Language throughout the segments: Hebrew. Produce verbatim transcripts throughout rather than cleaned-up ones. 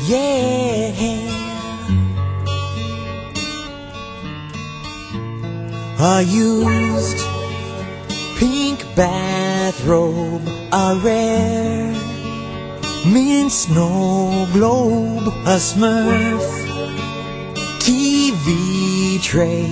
yeah. A used pink bathrobe, a rare mint snow globe, a Smurf T V tray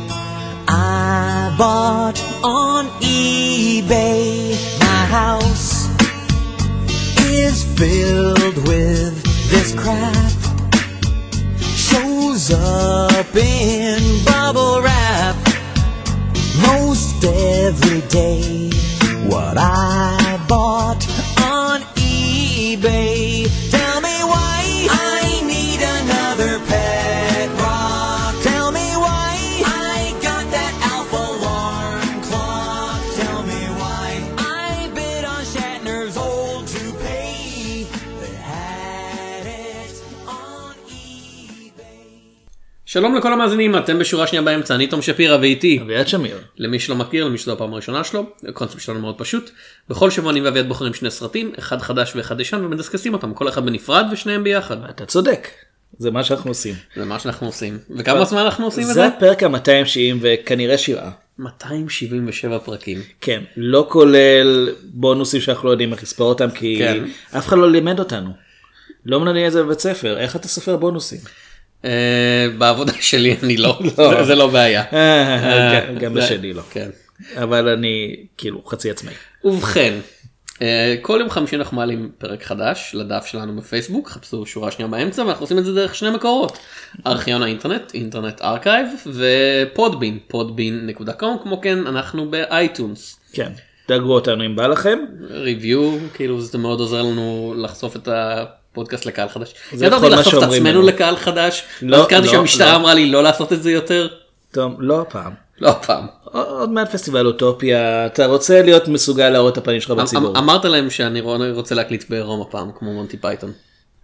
I bought on eBay. My house is filled with this crap, shows up in bubble wrap most every day. What I bought on eBay, tell me why I need another pet rock. Tell me why I got that Alf alarm clock. Tell me why I bid on Shatner's old toupee. They had it on eBay. שלום לכל המאזינים, אתם בשורה שנייה באמצע, אני תום שפירא ואיתי אביעד שמיר. למי שלא מכיר, למי שזו הפעם הראשונה שלו, הקונספט שלנו מאוד פשוט. בכל שבוע אני ואביעד בוחרים שני סרטים, אחד חדש ואחד ישן, ומדסקסים אותם, כל אחד בנפרד ושניהם ביחד. אתה צודק, זה מה שאנחנו עושים. זה מה שאנחנו עושים. וכמה זמן אנחנו עושים את זה? זה הפרק ה-מאתיים שבעים וכנראה שבעה. מאתיים שבעים ושבע פרקים. כן, לא כולל בונוסים שאנחנו לא יודעים איך לספור אותם, כי כן. אף אחד לא לימד אותנו. לא מנהלים את זה בבית ספר, איך אתה סופר בונוסים? בעבודה שלי אני לא, זה לא בעיה. גם בשלי לא. כן. אבל אני כאילו חצי עצמאי. ובכן, כל יום חמישי אנחנו מעלים פרק חדש לדף שלנו בפייסבוק, חפשו שורה שנייה באמצע, ואנחנו עושים את זה דרך שני מקורות. ארכיון האינטרנט, אינטרנט ארכייב, ופודבין, פודבין נקודה קום, כמו כן אנחנו באייטונס. כן, דאגו אותנו אם בא לכם. ריוויו, כאילו זה מאוד עוזר לנו לחשוף את הפודקאסט לקהל חדש. זה יכול מה לחשוף את שאומרים עצמנו לנו. לקהל חדש, לא, אז קראתי לא, שהמשטרה לא. אמרה לי לא לעשות את זה יותר. טוב, לא הפעם. לא הפעם. עוד מעט פסטיבל אוטופיה, אתה רוצה להיות מסוגל להראות את הפנים שלך בציבור. אמרת להם שאני רוצה להקליט בעירום הפעם, כמו מונטי פייתון.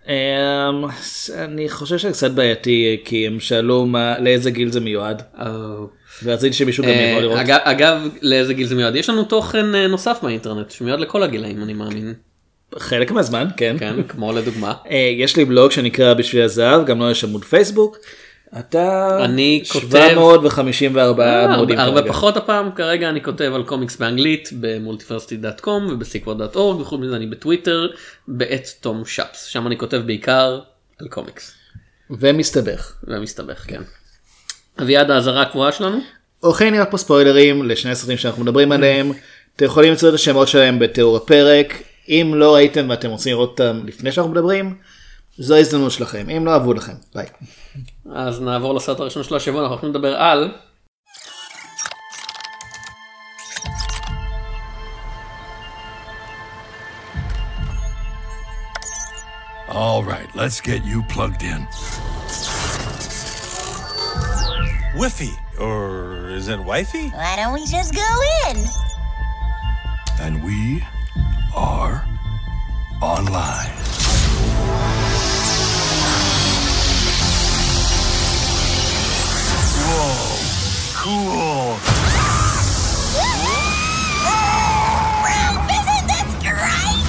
אני חושב שזה קצת בעייתי, כי הם שאלו לאיזה גיל זה מיועד. ורציתי שמישהו גם יבוא לראות. אגב, לאיזה גיל זה מיועד? יש לנו תוכן נוסף מהאינטרנט, שמיועד לכל הגילאים, אני מאמין. חלק מהזמן, כן. כן, כמו לדוגמה. יש לי בלוג שנקרא בשביל הזהב, גם לא יש עמוד פייסבוק. אתה אני כותב שבע מאות חמישים וארבע עמודים הרבה כרגע. פחות הפעם, כרגע אני כותב על קומיקס באנגלית במולטיברסיטי דוט קום ובסיקוור דוט אורג, וחוץ מזה אני בטוויטר בעת תום שפס, שם אני כותב בעיקר על קומיקס. ומסתבך. ומסתבך, כן. אביעד, האזהרה הקבועה שלנו? אוקיי, נראה פה ספוילרים לשני סרטים שאנחנו מדברים עליהם. אתם יכולים למצוא את השמות שלהם בתיאור הפרק. אם לא ראיתם ואתם רוצים לראות אותם לפני שאנחנו מדברים, זו ההזדמנות שלכם. אם לא אהבו לכם, ביי. אז נעבור לסרט הראשון של השבוע, אנחנו הולכים לדבר על All right, let's get you plugged in. Whiffy, or is it wifey? Why don't we just go in? And we are online. Whoa, cool. Wow, isn't this great?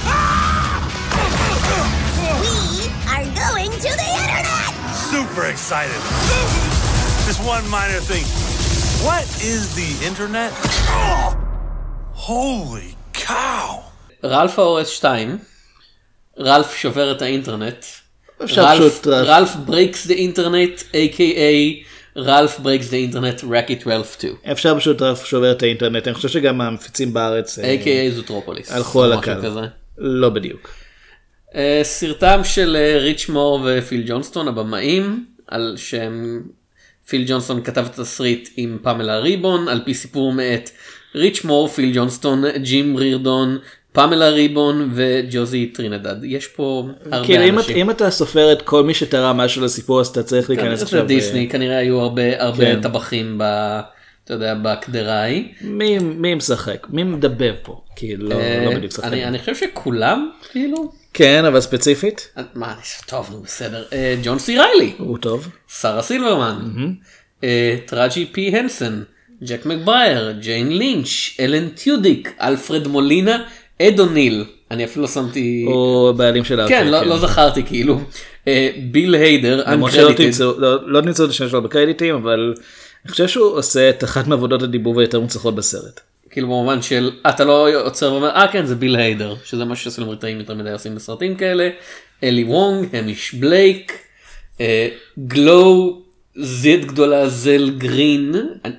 We are going to the internet! Super excited. Just one minor thing. What is the internet? Oh, holy cow. רלף האורס שתיים, רלף שובר את האינטרנט, אפשר רלף, פשוט רלף. רלף breaks the internet, a k a רלף breaks the internet, Wreck-It Ralph שתיים, אפשר פשוט רלף שובר את האינטרנט. אני חושב שגם המפיצים בארץ a k a זוטרופוליס. הלכו על משהו הקו. כזה. לא בדיוק. Uh, סרטם של uh, ריץ' מור ופיל ג'ונסטון, הבמאים, על שם פיל ג'ונסטון כתב את התסריט עם פמלה ריבון, על פי סיפור מאת ריץ' מור, פיל ג'ונסטון, ג'ים רירדון, פמלה ריבון וג'וזי טרינדד. יש פה הרבה כאילו, אם, אנשים. אם אתה סופר את כל מי שתראה משהו לסיפור, אז אתה צריך להיכנס עכשיו דיסני, כנראה היו הרבה הרבה כן. טבחים ב, אתה יודע, בקדרה ההיא. מי, מי משחק? מי מדבב פה? כאילו, לא, לא בדיוק שחק. אני, אני חושב שכולם, כאילו, כן, אבל ספציפית, מה, אני- טוב, נו, בסדר. אה, ג'ון סי ריילי, הוא טוב. שרה סילברמן, אה, טראג'י פי הנסון, ג'ק מקברייר, ג'יין לינץ', אלן טיודיק, אלפרד מולינה, אד אוניל, אני אפילו לא שמתי, הוא בעלים של הארקייד. כן, לא, לא זכרתי כאילו, אה, ביל היידר, למרות שלא תמצאו- לא- לא נמצאו את השם שלו בקרדיטים, אבל אני חושב שהוא עושה את אחת מעבודות הדיבוב היותר מוצלחות בסרט. כאילו במובן של, אתה לא עוצר ואומר, אה כן זה ביל היידר, שזה משהו שסלמריטאים יותר מדי עושים בסרטים כאלה, אלי וונג, המיש בלייק, אה, גלו, זד גדולה זל גרין,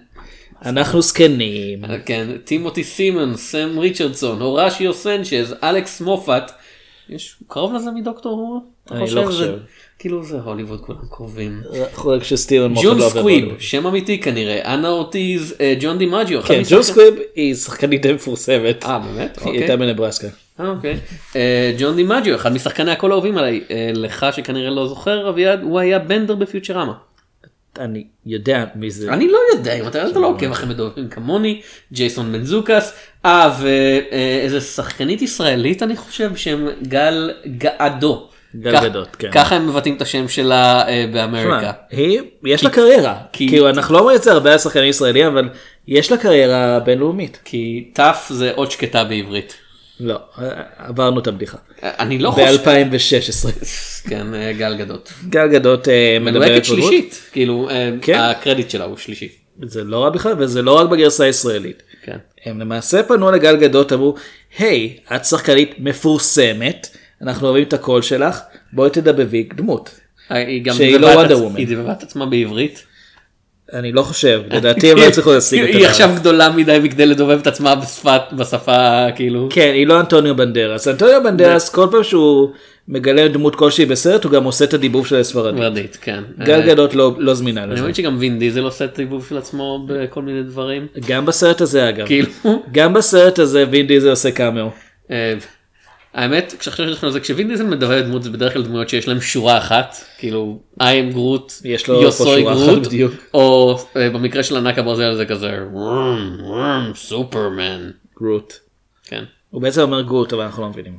אנחנו זקנים. כן, טימותי סימון, סם ריצ'רדסון, הורשיו סנצ'ז, אלכס מופת, יש קרוב לזה מדוקטור הו? אני לא חושב. כאילו זה הוליווד כולם קרובים. רק שסטיבן מופת ג'ון לא עובר סקוויב, בהוליווד. שם אמיתי כנראה, אנה אורטיז, אה, ג'ון דימג'יו. אחד כן, משחקני- ג'ון סקוויב היא שחקנית די מפורסמת. אה באמת? היא אוקיי. הייתה בנברסקה. אה, אוקיי. אה, ג'ון דימג'יו, אחד משחקני הכל האהובים עליי, אה, לך שכנראה לא זוכר אביעד, הוא היה בנדר בפיוטרמה. אני יודע מי זה. אני לא יודע אם אתה אתה לא עוקב אחרי מדובים כמוני, ג'ייסון מנזוקס, אה ואיזה שחקנית ישראלית אני חושב שם גל גאדו. גל כך- גדות, כן. ככה הם מבטאים את השם שלה אה, באמריקה. שמע, היא, יש לה קריירה. כי- כאילו אנחנו לא אומרים את זה הרבה על שחקנים ישראלים, אבל יש לה קריירה בינלאומית. כי תף זה עוד שקטה בעברית. לא, עברנו את הבדיחה. אני לא חושב, ב-אלפיים ושש עשרה. כן, אה, גל גדות. גל גדות אה, מדברת מדויקת בודרות. שלישית, כאילו אה, כן. הקרדיט שלה הוא שלישי. זה לא רע בכלל, וזה לא רק בגרסה הישראלית. כן. הם למעשה פנו לגל גדות, אמרו, היי, את שחקנית מפורסמת, אנחנו אוהבים את הקול שלך, בואי תדבבי דמות. היא גם שהיא דיבבה לא את Wonder עצ- Woman. היא דיבבה את עצמה בעברית. אני לא חושב, לדעתי הם לא הצליחו להשיג אותה. היא עכשיו גדולה מדי מכדי לדובב את עצמה בשפת, בשפה כאילו. כן, היא לא אנטוניו בנדרס. אנטוניו בנדרס, כל פעם שהוא מגלה דמות כלשהי בסרט, הוא גם עושה את הדיבוב של הספרדית. ורדית, כן. גל אה, גדות לא לא זמינה אני לזה. חושב שגם וין דיזל עושה את הדיבוב של עצמו בכל מיני דברים. גם בסרט הזה אגב. כאילו. גם בסרט הזה וין דיזל עושה קאמאו. אה, האמת, כשחשבתי על זה, כשווין דיזל מדבר דמות, זה בדרך כלל דמויות שיש להם שורה אחת, כאילו, I am Groot, יש לו Yo פה soy שורה אחת Groot, בדיוק. או אה, במקרה של ענק הברזל זה כזה, וורם, וורם, סופרמן. גרוט. כן. הוא בעצם אומר גרוט, אבל אנחנו לא מבינים.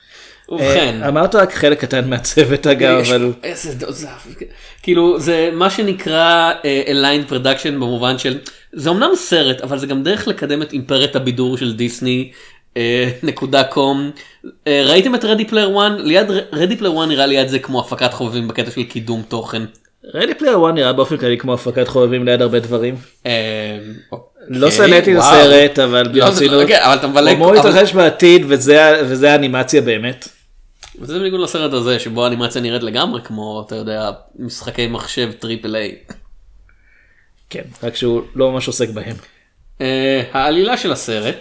ובכן. אה, אמרת רק חלק קטן מהצוות אגב, יש- אבל איזה דוזף, כאילו זה מה שנקרא uh, aligned production במובן של זה אמנם סרט אבל זה גם דרך לקדם את אימפריית הבידור של דיסני אה, נקודה קום. אה, ראיתם את רדי פלייר אחת? ליד רדי פלייר אחת נראה ליד זה כמו הפקת חובבים בקטע של קידום תוכן. רדי פלייר אחת נראה באופן כללי כמו הפקת חובבים ליד הרבה דברים. אה, לא אוקיי, שנאתי את וואו. הסרט אבל לא, זה- ברצינות. אוקיי, אבל אתה מבלק, אמור אבל- להתרחש בעתיד וזה וזה האנימציה באמת. וזה בניגוד לסרט הזה שבו האנימציה נראית לגמרי כמו אתה יודע משחקי מחשב טריפל איי. כן, רק שהוא לא ממש עוסק בהם. אה, העלילה של הסרט,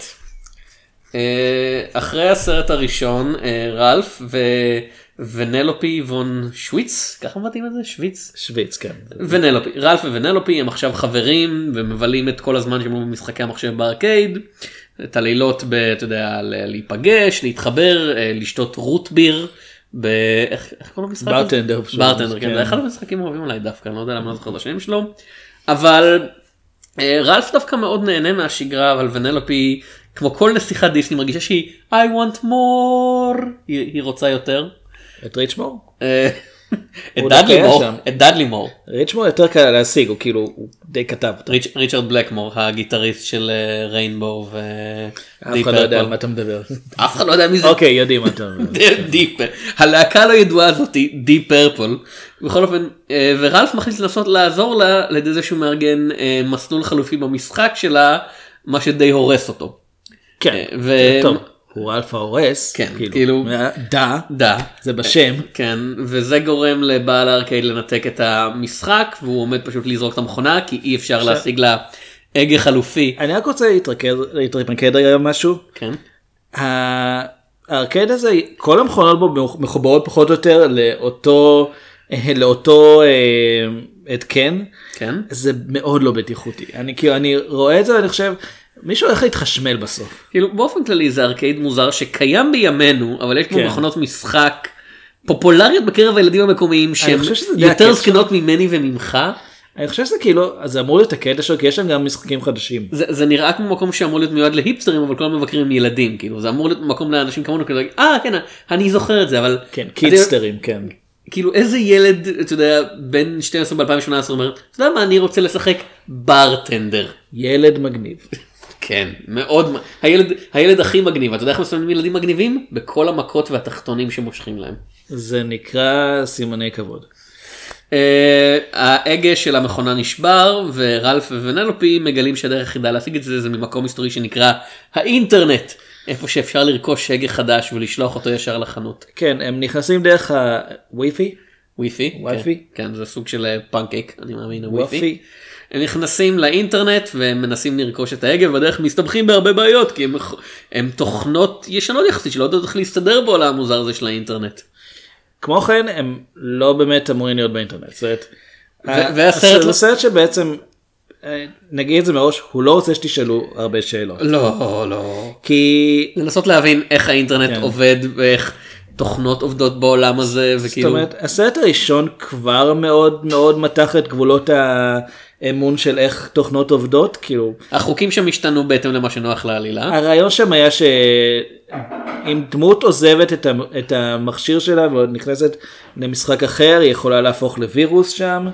אה, אחרי הסרט הראשון, אה, רלף ו- ונלופי וון שוויץ, ככה מבטאים את זה? שוויץ? שוויץ, כן. ונלופי, רלף ונלופי הם עכשיו חברים ומבלים את כל הזמן שהם במשחקי המחשב בארקייד, את הלילות, ב, אתה יודע, ל- להיפגש, להתחבר, אה, לשתות רוט ביר, ב... איך, איך קוראים למשחק? הזה? ברטנדר, פשוט. ברטנדר, כן, כן. זה אחד המשחקים האוהבים עליי דווקא, אני לא יודע למה לא זוכר את השם שלו, אבל אה, רלף דווקא מאוד נהנה מהשגרה, אבל ונלופי, כמו כל נסיכת דיסני, מרגישה שהיא I want more, היא, היא רוצה יותר. את ריצ'מור? אה, את הוא דווקא דאדלי היה מור, שם. את דאדלי מור. ריצ'מור יותר קל להשיג, הוא כאילו, הוא די כתב אותו. ריצ'- ריצ'רד בלקמור, הגיטריסט של ריינבו ו... אף אחד לא יודע על מה אתה מדבר. אף אחד לא יודע מי זה. אוקיי, יודעים מה אתה מדבר. דיפ, הלהקה הלא ידועה הזאתי, דיפ פרפל, בכל אופן, אה, ורלף מחליט לנסות לעזור לה, לידי זה שהוא מארגן אה, מסלול חלופי במשחק שלה, מה שדי הורס אותו. כן, ו- טוב, הוא אלפא הורס, כן, כאילו- דה, דה. זה בשם. כן, וזה גורם לבעל הארקייד לנתק את המשחק, והוא עומד פשוט לזרוק את המכונה, כי אי אפשר להשיג לה הגה חלופי. אני רק רוצה להתרכז, להתמקד רגע במשהו. כן. ה- הארקייד הזה, כל המכונות בו מחוברות פחות או יותר לאותו, לאותו אה, התקן. כן. זה מאוד לא בטיחותי. אני כאילו, אני רואה את זה ואני חושב, מישהו הולך להתחשמל בסוף. כאילו באופן כללי זה ארקייד מוזר שקיים בימינו, אבל יש כמו כן. מכונות משחק פופולריות בקרב הילדים המקומיים שהם חושב שזה די יותר הקטע. זקנות ממני וממך. אני חושב שזה כאילו, אז זה אמור להיות הקטע שלו, כי יש שם גם משחקים חדשים. זה, זה נראה כמו מקום שאמור להיות מיועד להיפסטרים, אבל כל המבקרים הם ילדים, כאילו זה אמור להיות מקום לאנשים כמונו, כאילו, אה כן, אני זוכר את זה, אבל... כן, אתה- קידסטרים, כן. כאילו איזה ילד, אתה יודע, בן שתים עשרה ב-אלפיים ושמונה עשרה אומר, אתה יודע מה, אני רוצה לשחק ברטנדר. ילד מגניב. כן, מאוד, הילד, הילד הכי מגניב, אתה יודע איך מסתובבים ילדים מגניבים? בכל המכות והתחתונים שמושכים להם. זה נקרא סימני כבוד. Uh, ההגה של המכונה נשבר, ורלף ונלופי מגלים שהדרך היחידה להשיג את זה, זה ממקום היסטורי שנקרא האינטרנט, איפה שאפשר לרכוש הגה חדש ולשלוח אותו ישר לחנות. כן, הם נכנסים דרך הווי-פי. וויפי, וויפי. כן, כן, זה סוג של פנקייק, אני מאמין, וויפי. הוויפי. הם נכנסים לאינטרנט והם מנסים לרכוש את ההגה, ובדרך מסתבכים בהרבה בעיות, כי הם, הם תוכנות ישנות יחסית, שלא יודעות איך להסתדר בעולם המוזר הזה של האינטרנט. כמו כן, הם לא באמת אמורים להיות באינטרנט. זאת אומרת, והסרט זה סרט שבעצם, נגיד את זה מראש, הוא לא רוצה שתשאלו הרבה שאלות. לא, לא. כי... לנסות להבין איך האינטרנט כן. עובד, ואיך תוכנות עובדות בעולם הזה, וכאילו... זאת אומרת, הסרט הראשון כבר מאוד מאוד מתח את גבולות האמון של איך תוכנות עובדות, כאילו... החוקים שם השתנו בהתאם למה שנוח לעלילה. הרעיון שם היה שאם דמות עוזבת את, המ... את המכשיר שלה ועוד נכנסת למשחק אחר, היא יכולה להפוך לווירוס שם.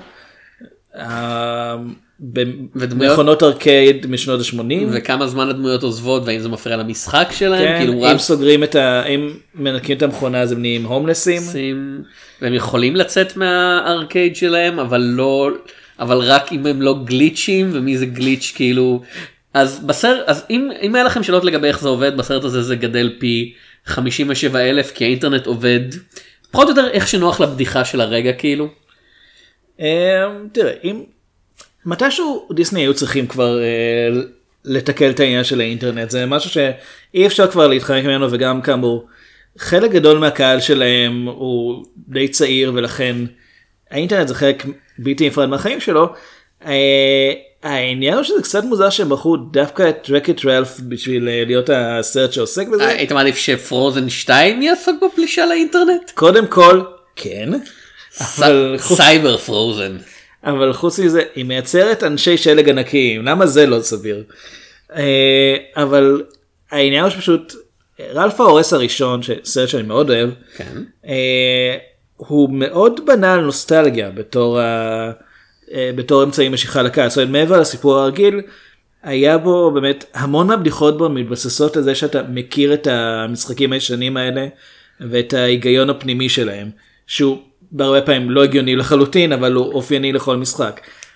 במכונות ארקייד משנות ה-שמונים. וכמה זמן הדמויות עוזבות, והאם זה מפריע למשחק שלהם. כן, כאילו אם רב... סוגרים את ה... אם מנקים את המכונה אז הם נהיים הומלסים. והם יכולים לצאת מהארקייד שלהם, אבל לא... אבל רק אם הם לא גליצ'ים, ומי זה גליץ' כאילו... אז בסרט, אז אם, אם היה לכם שאלות לגבי איך זה עובד, בסרט הזה זה גדל פי חמישים ושבעה אלף, כי האינטרנט עובד, פחות או יותר איך שנוח לבדיחה של הרגע כאילו. תראה, אם... מתישהו דיסני היו צריכים כבר אה, לתקל את העניין של האינטרנט, זה משהו שאי אפשר כבר להתחמק ממנו, וגם כאמור, חלק גדול מהקהל שלהם הוא די צעיר, ולכן האינטרנט זה חלק בלתי נפרד מהחיים שלו. אה, העניין הוא שזה קצת מוזר שהם בחרו דווקא את Wreck-It Ralph בשביל אה, להיות הסרט שעוסק בזה. היית מעדיף שפרוזן שתיים יעסוק בפלישה לאינטרנט? קודם כל, כן. אבל חוץ... סייבר פרוזן. אבל חוץ מזה, היא מייצרת אנשי שלג ענקיים, למה זה לא סביר? אבל העניין הוא שפשוט, רלף ההורס הראשון, סרט שאני מאוד אוהב, כן. הוא מאוד בנה על נוסטלגיה בתור, ה... בתור אמצעי משיכה לקהל, זאת אומרת, מעבר לסיפור הרגיל, היה בו באמת, המון מהבדיחות בו מתבססות על זה שאתה מכיר את המשחקים הישנים האלה, ואת ההיגיון הפנימי שלהם, שהוא בהרבה פעמים לא הגיוני לחלוטין, אבל הוא אופייני לכל משחק.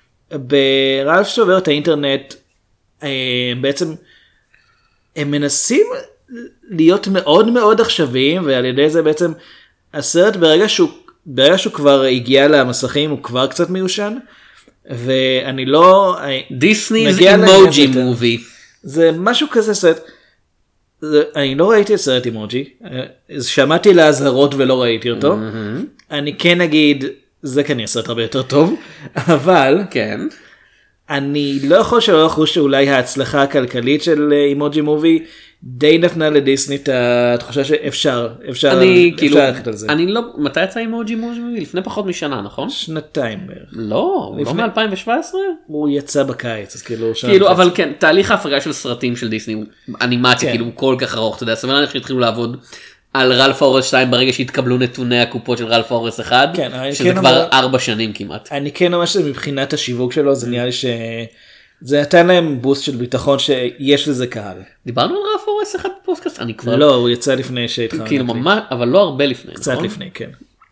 ברלף שובר את האינטרנט, בעצם הם מנסים להיות מאוד מאוד עכשוויים, ועל ידי זה בעצם הסרט ברגע שהוא, ברגע שהוא כבר הגיע למסכים, הוא כבר קצת מיושן, ואני לא... דיסני's אימוג'י מובי. זה משהו כזה, סרט... אני לא ראיתי את סרט אימוג'י, שמעתי להזהרות ולא ראיתי אותו, אני כן אגיד, זה כנראה סרט הרבה יותר טוב, אבל כן. אני לא יכול שלא לחוש שאולי ההצלחה הכלכלית של אימוג'י מובי די נתנה לדיסני את התחושה שאפשר, אפשר, אני אפשר כאילו, ללכת על זה. אני לא, מתי יצא אימוג'י מובי? לפני פחות משנה, נכון? שנתיים בערך. לא, לא מ-אלפיים שבע עשרה? הוא יצא בקיץ, אז כאילו... כאילו, אבל כן, תהליך ההפקה של סרטים של דיסני, אנימציה, כאילו, הוא כל כך ארוך, אתה יודע, סביר להניח שהתחילו לעבוד על רלף ההורס שתיים ברגע שהתקבלו נתוני הקופות של רלף ההורס אחד, שזה כבר ארבע שנים כמעט. אני כן אומר שמבחינת השיווק שלו, זה נראה לי ש... זה נתן להם בוסט של ביטחון שיש לזה קהל. דיברנו על רלף ההורס אחד בפודקאסט? אני כבר... לא, הוא יצא לפני שהתחלנו. כאילו ממש, אבל לא הרבה לפני, נכון? קצת לפני, כן.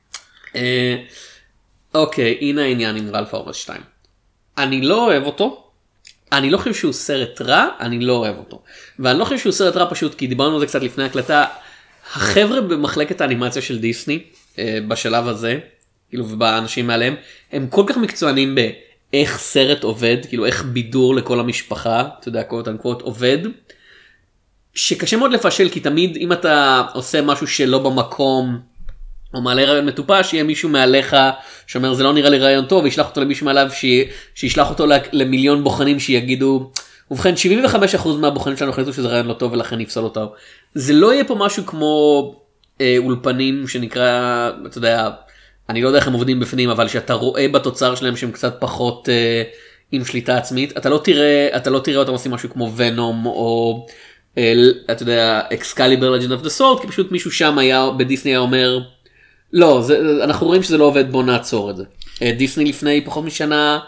אוקיי, הנה העניין עם רלף ההורס שתיים. אני לא אוהב אותו, אני לא חושב שהוא סרט רע, אני לא אוהב אותו. ואני לא חושב שהוא סרט רע פשוט, כי דיברנו על זה קצת לפני הקלטה, החבר'ה במחלקת האנימציה של דיסני, בשלב הזה, כאילו, ובאנשים מעליהם, הם כל כך מקצוענים באיך סרט עובד, כאילו איך בידור לכל המשפחה, אתה יודע, קוט אנקוט עובד, שקשה מאוד לפשל, כי תמיד אם אתה עושה משהו שלא במקום, או מעלה רעיון מטופש, יהיה מישהו מעליך שאומר זה לא נראה לי רעיון טוב, וישלח אותו למישהו מעליו, שישלח אותו למיליון בוחנים שיגידו, ובכן שבעים וחמישה אחוז מהבוחנים שלנו החליטו שזה רעיון לא טוב ולכן נפסול אותו. זה לא יהיה פה משהו כמו אה, אולפנים שנקרא, אתה יודע, אני לא יודע איך הם עובדים בפנים, אבל שאתה רואה בתוצר שלהם שהם קצת פחות אה, עם שליטה עצמית, אתה לא תראה, אתה לא תראה אותם עושים משהו כמו ונום או אה, אתה יודע, אקסקליבר לג'נד אוף דה סורד, כי פשוט מישהו שם היה, בדיסני היה אומר, לא, זה, אנחנו רואים שזה לא עובד, בוא נעצור את זה. אה, דיסני לפני פחות משנה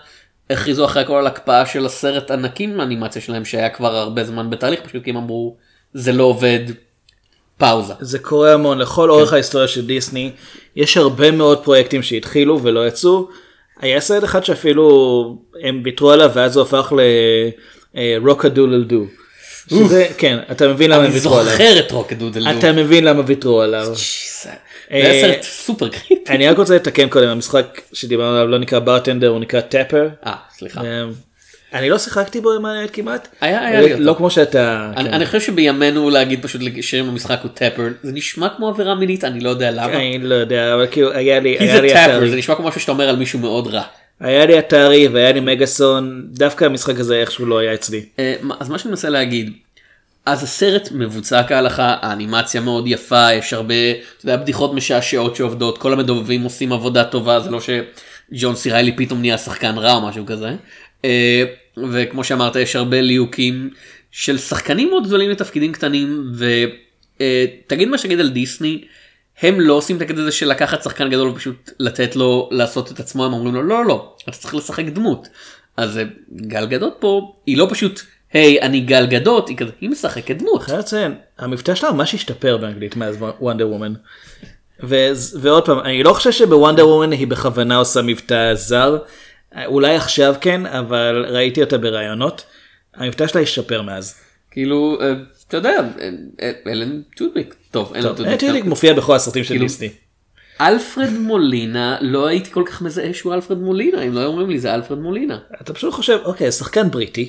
הכריזו אחרי הכל על הקפאה של הסרט ענקים האנימציה שלהם שהיה כבר הרבה זמן בתהליך, פשוט כי הם אמרו זה לא עובד, פאוזה. זה קורה המון, לכל אורך ההיסטוריה של דיסני, יש הרבה מאוד פרויקטים שהתחילו ולא יצאו, היה סרט אחד שאפילו הם ביטרו עליו ואז הוא הפך ל-Rock-a-Doodle-Doo. שזה, כן, אתה מבין למה הם ויתרו עליו. אני זוכר את Rock-a-Doodle-Doo. אתה מבין למה ויתרו עליו. זה היה סרט סופר קריטי. אני רק רוצה לתקן קודם, המשחק שדיברנו עליו לא נקרא ברטנדר, הוא נקרא טאפר. אה, סליחה. אני לא שיחקתי בו עם העניין כמעט. היה, היה לי אותו. לא כמו שאתה... אני חושב שבימינו להגיד פשוט שם המשחק הוא טאפר, זה נשמע כמו עבירה מינית, אני לא יודע למה. אני לא יודע, אבל כאילו היה לי... כי זה טאפר, זה נשמע כמו משהו שאתה אומר על מישהו מאוד רע. היה לי אתרי והיה לי מגאסון, דווקא המשחק הזה איכשהו לא היה אצלי. אז מה שאני מנסה להגיד, אז הסרט מבוצע כהלכה, האנימציה מאוד יפה, יש הרבה, אתה יודע, בדיחות משעשעות שעובדות, כל המדובבים עושים עבודה טובה, זה לא שג'ון סי ריילי פתאום נהיה שחקן רע או משהו כזה. וכמו שאמרת, יש הרבה ליהוקים של שחקנים מאוד גדולים לתפקידים קטנים, ותגיד מה שתגיד על דיסני, הם לא עושים את הקטע הזה של לקחת שחקן גדול ופשוט לתת לו לעשות את עצמו, הם אומרים לו לא, לא, אתה צריך לשחק דמות. אז גל גדות פה, היא לא פשוט, היי, אני גל גדות, היא כזה, היא משחקת דמות. אני רוצה, המבטא שלה ממש השתפר באנגלית מאז וונדר וומן. ועוד פעם, אני לא חושב שבוונדר וומן היא בכוונה עושה מבטא זר, אולי עכשיו כן, אבל ראיתי אותה ברעיונות, המבטא שלה השתפר מאז. כאילו, אתה יודע, אלן טודוויק, טוב, אלן טודוויק. טודוויק מופיע בכל הסרטים של דיסני. אלפרד מולינה, לא הייתי כל כך מזהה שהוא אלפרד מולינה, אם לא אומרים לי זה אלפרד מולינה. אתה פשוט חושב, אוקיי, שחקן בריטי,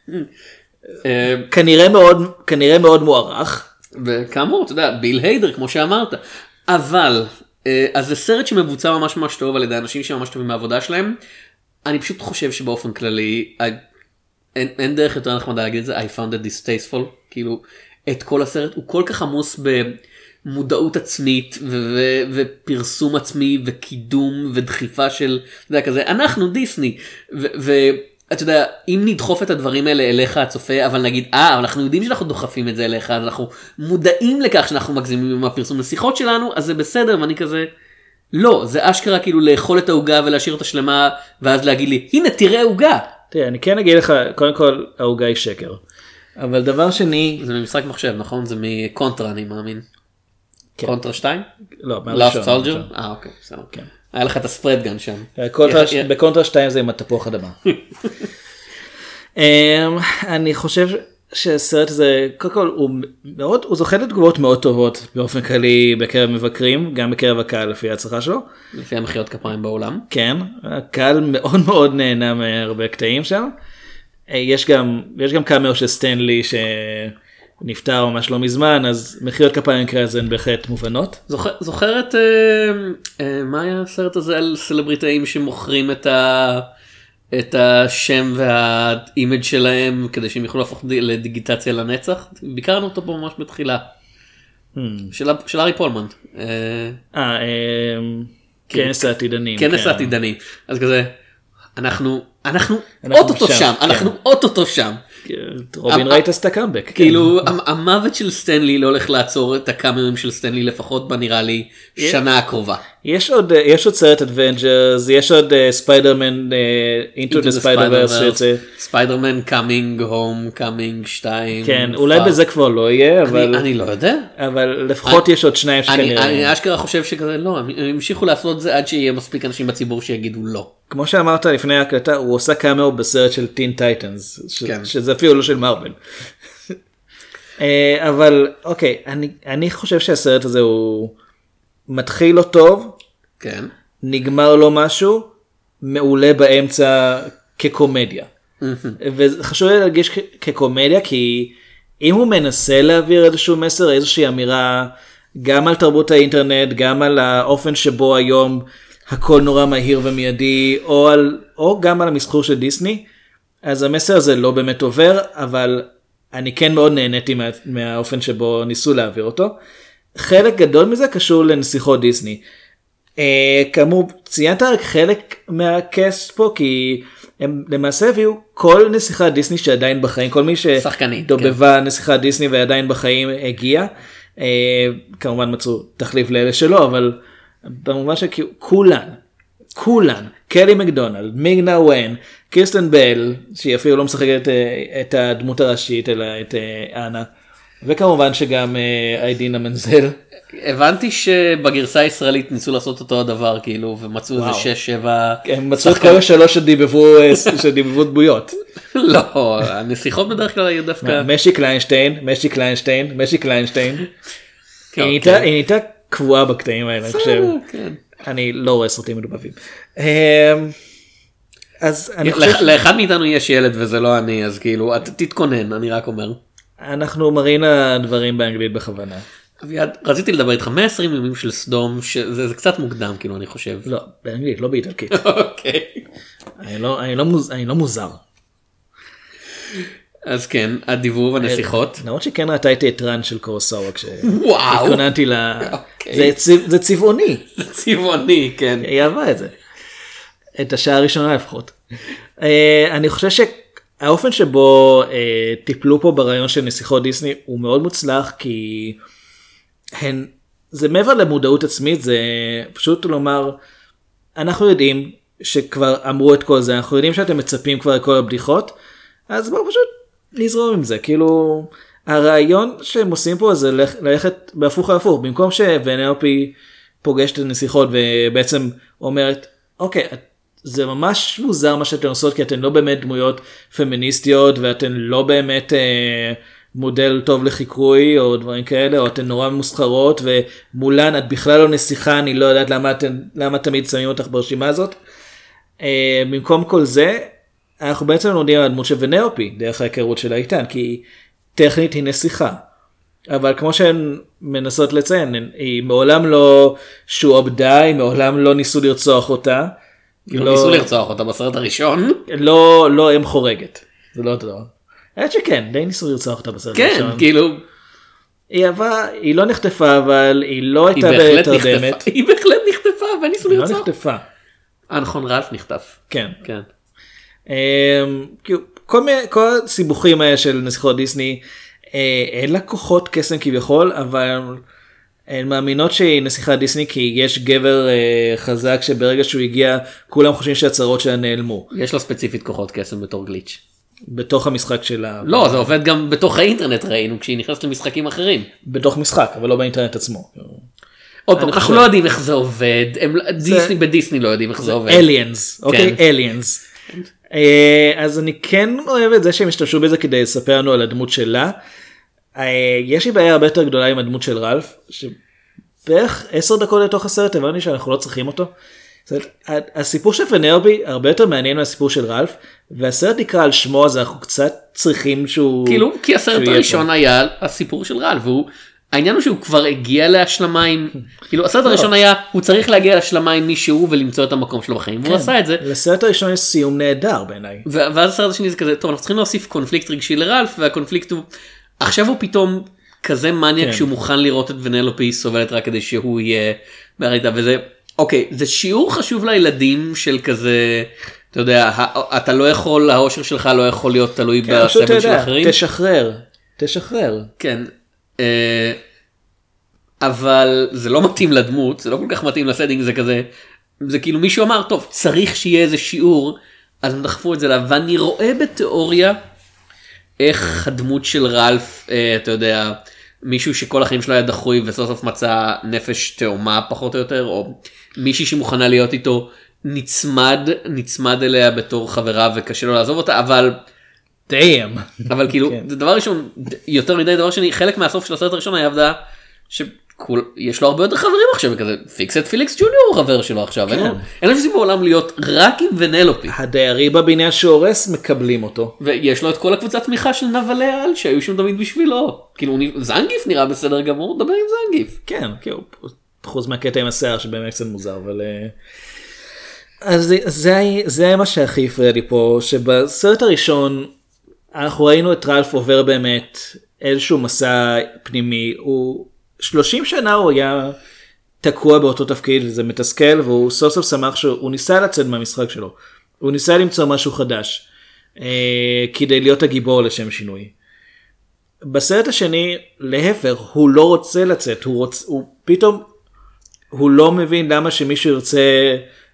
כנראה מאוד, כנראה מאוד מוערך. וכאמור, אתה יודע, ביל היידר, כמו שאמרת, אבל, אז זה סרט שמבוצע ממש ממש טוב על ידי אנשים שממש טובים מהעבודה שלהם, אני פשוט חושב שבאופן כללי, אין, אין דרך יותר נחמדה להגיד את זה, I found it distasteful, כאילו, את כל הסרט, הוא כל כך עמוס במודעות עצמית, ו- ו- ופרסום עצמי, וקידום, ודחיפה של, אתה יודע, כזה, אנחנו דיסני, ואתה יודע, אם נדחוף את הדברים האלה אליך הצופה, אבל נגיד, אה, אבל אנחנו יודעים שאנחנו דוחפים את זה אליך, אז אנחנו מודעים לכך שאנחנו מגזימים עם הפרסום לשיחות שלנו, אז זה בסדר, ואני כזה, לא, זה אשכרה כאילו לאכול את ההוגה ולהשאיר אותה שלמה, ואז להגיד לי, הנה תראה הוגה. תראה, אני כן אגיד לך, קודם כל, ההוגה היא שקר. אבל דבר שני... זה ממשחק מחשב, נכון? זה מקונטרה, אני מאמין. כן. קונטרה שתיים? לא, מהראשון. Last Soldier? אה, אוקיי, בסדר. כן. היה לך את הספרד גן שם. בקונטרה שתיים זה עם התפוח אדמה. אני חושב שהסרט הזה, קודם כל, הוא מאוד, הוא זוכה לתגובות מאוד טובות באופן כללי בקרב מבקרים, גם בקרב הקהל לפי ההצלחה שלו. לפי המחיאות כפיים בעולם. כן, הקהל מאוד מאוד נהנה מהרבה קטעים שם. יש גם, יש גם קאמר של סטנלי שנפטר ממש לא מזמן, אז מחיאות כפיים במקרה הזה הן בהחלט מובנות. זוכר, זוכרת, אה, אה, מה היה הסרט הזה על סלבריטאים שמוכרים את ה... את השם והאימג' שלהם כדי שהם יוכלו להפוך לדיגיטציה לנצח. ביקרנו אותו פה ממש בתחילה. של ארי פולמן. אה, כנס העתידנים. כנס העתידנים. אז כזה, אנחנו, אנחנו אוטוטו שם, אנחנו אוטוטו שם. רובין רייט עשתה קאמבק. כאילו המוות של סטנלי לא הולך לעצור את הקאמרים של סטנלי לפחות בנראה לי שנה הקרובה. יש עוד יש עוד סרט אדוונג'רס, יש עוד ספיידרמן אינטו דה ספיידרברס, ספיידרמן קאמינג הום קאמינג שתיים. כן, אולי בזה כבר לא יהיה, אבל אני לא יודע, אבל לפחות יש עוד שניים שכנראה. אני אשכרה חושב שכזה לא, הם המשיכו לעשות זה עד שיהיה מספיק אנשים בציבור שיגידו לא. כמו שאמרת לפני ההקלטה, הוא עושה קאמר בסרט של טין טייטנס, שזה אפילו לא של מרוויל. אבל אוקיי, אני, אני חושב שהסרט הזה הוא מתחיל לא טוב, כן. נגמר לו משהו, מעולה באמצע כקומדיה. וחשוב לי להרגיש כקומדיה, כי אם הוא מנסה להעביר איזשהו מסר, איזושהי אמירה, גם על תרבות האינטרנט, גם על האופן שבו היום הכל נורא מהיר ומיידי, או, על, או גם על המסחור של דיסני, אז המסר הזה לא באמת עובר, אבל אני כן מאוד נהניתי מה, מהאופן שבו ניסו להעביר אותו. חלק גדול מזה קשור לנסיכות דיסני. אה, כאמור, ציינת רק חלק מהקאסט פה, כי הם למעשה הביאו כל נסיכת דיסני שעדיין בחיים, כל מי שדובבה כן. נסיכת דיסני ועדיין בחיים הגיע. אה, כמובן מצאו תחליף לאלה שלו, אבל במובן שכולן, כולן, קלי מקדונלד, מיגנה ווין, קירסטן בל, שהיא אפילו לא משחקת את הדמות הראשית, אלא את אנה, וכמובן שגם איידינה מנזל. הבנתי שבגרסה הישראלית ניסו לעשות אותו הדבר, כאילו, ומצאו איזה שש, שבע... הם מצאו את כל השלוש שדיבבו דמויות. לא, הנסיכות בדרך כלל היו דווקא... משי קליינשטיין, משי קליינשטיין, משי קליינשטיין. היא נהייתה קבועה בקטעים האלה, אני חושב. אני לא רואה סרטים מדובבים. אז אני חושב... לאחד מאיתנו יש ילד וזה לא אני, אז כאילו, תתכונן, אני רק אומר. אנחנו מראים הדברים באנגלית בכוונה. אביעד, רציתי לדבר איתך מאה ועשרים ימים של סדום, שזה קצת מוקדם, כאילו, אני חושב. לא, באנגלית, לא באיטלקית. אוקיי. אני לא מוזר. אז כן, הדיבוב, הנסיכות. למרות שכן ראתה את היתרן של קורוסאווה וואו. כשהתכוננתי ל... זה צבעוני. זה צבעוני, כן. היא אהבה את זה. את השעה הראשונה לפחות. אני חושב שהאופן שבו טיפלו פה ברעיון של נסיכות דיסני הוא מאוד מוצלח, כי הן, זה מעבר למודעות עצמית, זה פשוט לומר, אנחנו יודעים שכבר אמרו את כל זה, אנחנו יודעים שאתם מצפים כבר לכל הבדיחות, אז בואו פשוט נזרום עם זה. כאילו, הרעיון שהם עושים פה זה ללכת בהפוך להפוך, במקום שוונלפי פוגשת את הנסיכות ובעצם אומרת, אוקיי, זה ממש מוזר מה שאתן עושות, כי אתן לא באמת דמויות פמיניסטיות, ואתן לא באמת אה, מודל טוב לחיקוי, או דברים כאלה, או אתן נורא מוסחרות, ומולן את בכלל לא נסיכה, אני לא יודעת למה, אתן, למה תמיד שמים אותך ברשימה הזאת. אה, במקום כל זה, אנחנו בעצם לומדים על הדמות של ונלפי, דרך ההיכרות שלה איתן, כי טכנית היא נסיכה. אבל כמו שהן מנסות לציין, היא מעולם לא שועבדה, היא מעולם לא ניסו לרצוח אותה. לא ניסו לרצוח אותה בסרט הראשון. לא, לא אם חורגת. זה לא אותו דבר. האמת שכן, די ניסו לרצוח אותה בסרט הראשון. כן, כאילו. היא אהבה, היא לא נחטפה, אבל היא לא הייתה בתרדמת. היא בהחלט נחטפה, וניסו לרצוח. היא לא נחטפה. אה, נכון, רלף נחטף. כן. כן. כל הסיבוכים האלה של נסיכות דיסני, אין לה כוחות קסם כביכול, אבל הן מאמינות שהיא נסיכת דיסני, כי יש גבר חזק שברגע שהוא הגיע, כולם חושבים שהצהרות שלה נעלמו. יש לו ספציפית כוחות קסם בתור גליץ'. בתוך המשחק שלה. לא, זה עובד גם בתוך האינטרנט, ראינו, כשהיא נכנסת למשחקים אחרים. בתוך משחק, אבל לא באינטרנט עצמו. עוד פעם, אנחנו לא יודעים איך זה עובד, דיסני בדיסני לא יודעים איך זה עובד. אליאנס, אוקיי? אליאנס. אז אני כן אוהב את זה שהם השתמשו בזה כדי לספר לנו על הדמות שלה. יש לי בעיה הרבה יותר גדולה עם הדמות של רלף, שבערך עשר דקות לתוך הסרט הבנתי שאנחנו לא צריכים אותו. הסיפור של ונלפי הרבה יותר מעניין מהסיפור של רלף, והסרט נקרא על שמו, אז אנחנו קצת צריכים שהוא... כאילו, כי הסרט הראשון היה הסיפור של רלף, והוא... העניין הוא שהוא כבר הגיע להשלמה עם, כאילו הסרט הראשון היה, הוא צריך להגיע להשלמה עם מישהו ולמצוא את המקום שלו בחיים, והוא עשה את זה. לסרט הראשון יש סיום נהדר בעיניי. ואז הסרט השני זה כזה, טוב, אנחנו צריכים להוסיף קונפליקט רגשי לרלף, והקונפליקט הוא, עכשיו הוא פתאום כזה מניאק שהוא מוכן לראות את ונלופי סובלת רק כדי שהוא יהיה בעריתה, וזה, אוקיי, זה שיעור חשוב לילדים של כזה, אתה יודע, אתה לא יכול, האושר שלך לא יכול להיות תלוי בסבל של אחרים. תשחרר, תשחרר. כן. אבל זה לא מתאים לדמות, זה לא כל כך מתאים לסדינג, זה כזה, זה כאילו מישהו אמר, טוב, צריך שיהיה איזה שיעור, אז הם דחפו את זה לה, ואני רואה בתיאוריה, איך הדמות של רלף, אתה יודע, מישהו שכל החיים שלו היה דחוי, וסוף סוף מצא נפש תאומה פחות או יותר, או מישהי שמוכנה להיות איתו, נצמד, נצמד אליה בתור חברה, וקשה לו לעזוב אותה, אבל... דיים. אבל כאילו, זה דבר ראשון, יותר מדי דבר שני, חלק מהסוף של הסרט הראשון היה עבדה, שיש לו הרבה יותר חברים עכשיו, כזה פיקסט פיליקס ג'וניור הוא חבר שלו עכשיו, אין לו סיבה בעולם להיות רק עם ונלופי. הדיירי בבניין שהורס מקבלים אותו. ויש לו את כל הקבוצת תמיכה של נבלי העל שהיו שם תמיד בשבילו. כאילו זנגיף נראה בסדר גמור, דבר עם זנגיף. כן, כאילו, חוץ מהקטע עם השיער שבאמת קצת מוזר, אבל... אז זה היה מה שהכי הפריע לי פה, שבסרט הראשון אנחנו ראינו את רלף עובר באמת איזשהו מסע פנימי, הוא שלושים שנה הוא היה תקוע באותו תפקיד, וזה מתסכל, והוא סוף סוף שמח שהוא ניסה לצאת מהמשחק שלו, הוא ניסה למצוא משהו חדש, אה, כדי להיות הגיבור לשם שינוי. בסרט השני, להפך, הוא לא רוצה לצאת, הוא, רוצ, הוא פתאום, הוא לא מבין למה שמישהו ירצה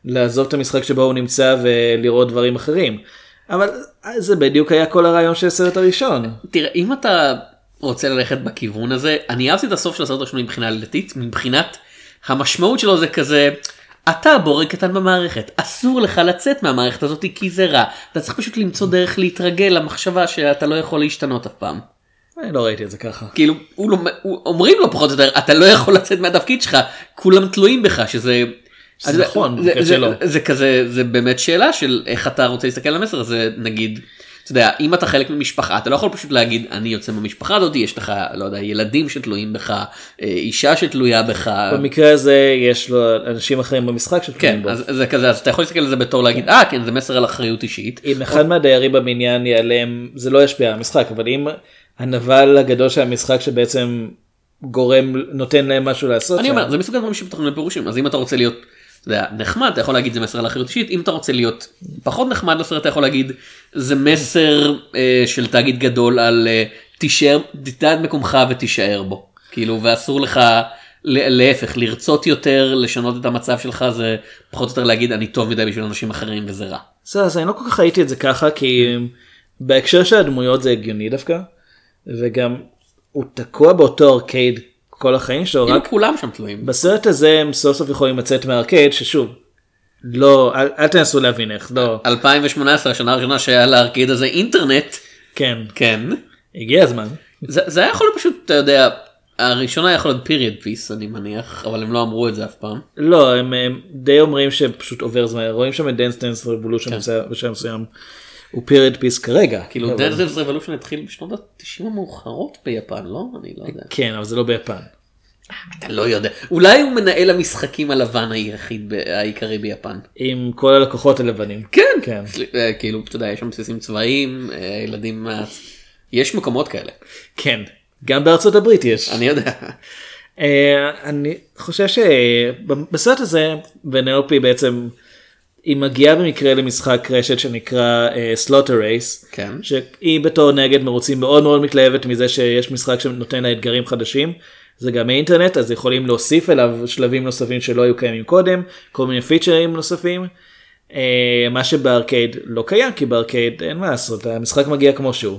לעזוב את המשחק שבו הוא נמצא ולראות דברים אחרים. אבל זה בדיוק היה כל הרעיון של הסרט הראשון. תראה, אם אתה רוצה ללכת בכיוון הזה, אני אהבתי את הסוף של הסרט הראשון מבחינה לדתית, מבחינת המשמעות שלו זה כזה, אתה בורג קטן במערכת, אסור לך לצאת מהמערכת הזאת כי זה רע, אתה צריך פשוט למצוא דרך להתרגל למחשבה שאתה לא יכול להשתנות אף פעם. אני לא ראיתי את זה ככה. כאילו, הוא לא, הוא, אומרים לו פחות או יותר, אתה לא יכול לצאת מהתפקיד שלך, כולם תלויים בך, שזה... שזה נכון, זה, זה, זה, שלא. זה, זה כזה, זה באמת שאלה של איך אתה רוצה להסתכל על המסר הזה, נגיד, אתה יודע, אם אתה חלק ממשפחה, אתה לא יכול פשוט להגיד, אני יוצא מהמשפחה הזאת, יש לך, לא יודע, ילדים שתלויים בך, אישה שתלויה בך. במקרה הזה יש לו אנשים אחרים במשחק שתלויים כן, בו. אז זה כזה, אז אתה יכול להסתכל על זה בתור להגיד, אה, כן, זה מסר על אחריות אישית. אם אחד מהדיירים בבניין ייעלם, זה לא ישפיע על המשחק, אבל אם הנבל הגדול של המשחק שבעצם גורם, נותן להם משהו לעשות. אני אומר, זה מסוג הדברים שפתחנו לפירושים, אז אם אתה רוצה להיות אתה יודע, נחמד, אתה יכול להגיד זה מסר על אחריות אישית, אם אתה רוצה להיות פחות נחמד לסרט, אתה יכול להגיד זה מסר אה, של תאגיד גדול על אה, תישאר, תדע את מקומך ותישאר בו, כאילו, ואסור לך להפך, לרצות יותר, לשנות את המצב שלך, זה פחות או יותר להגיד אני טוב מדי בשביל אנשים אחרים וזה רע. זה, אז אני לא כל כך ראיתי את זה ככה, כי בהקשר של הדמויות זה הגיוני דווקא, וגם הוא תקוע באותו ארקייד כל החיים שלו, רק כולם שם תלויים. בסרט הזה הם סוף סוף יכולים לצאת מהארקייד, ששוב, לא, אל, אל תנסו להבין איך, לא. אלפיים שמונה עשרה, השנה הראשונה שהיה לארקייד הזה אינטרנט. כן. כן. הגיע הזמן. זה, זה היה יכול להיות פשוט, אתה יודע, הראשונה היה יכול להיות period piece, אני מניח, אבל הם לא אמרו את זה אף פעם. לא, הם, הם די אומרים שפשוט עובר זמן, רואים שם את Dance Dance Revolution בשם מסוים, הוא period piece כרגע. כאילו Dance Dance Revolution התחיל בשנות ה-תשעים המאוחרות ביפן, לא? אני לא יודע. כן, אבל זה לא ביפן. אתה לא יודע. אולי הוא מנהל המשחקים הלבן היחיד, העיקרי ביפן. עם כל הלקוחות הלבנים. כן. כן. כאילו, אתה יודע, יש שם בסיסים צבאיים, ילדים, יש מקומות כאלה. כן. גם בארצות הברית יש. אני יודע. אני חושב שבסרט הזה, ונלופי בעצם, היא מגיעה במקרה למשחק רשת שנקרא Slaughter Race, כן. שהיא בתור נגד מרוצים מאוד מאוד מתלהבת מזה שיש משחק שנותן לה אתגרים חדשים, זה גם האינטרנט, אז יכולים להוסיף אליו שלבים נוספים שלא היו קיימים קודם, כל מיני פיצ'רים נוספים, מה שבארקייד לא קיים, כי בארקייד אין מה לעשות, המשחק מגיע כמו שהוא.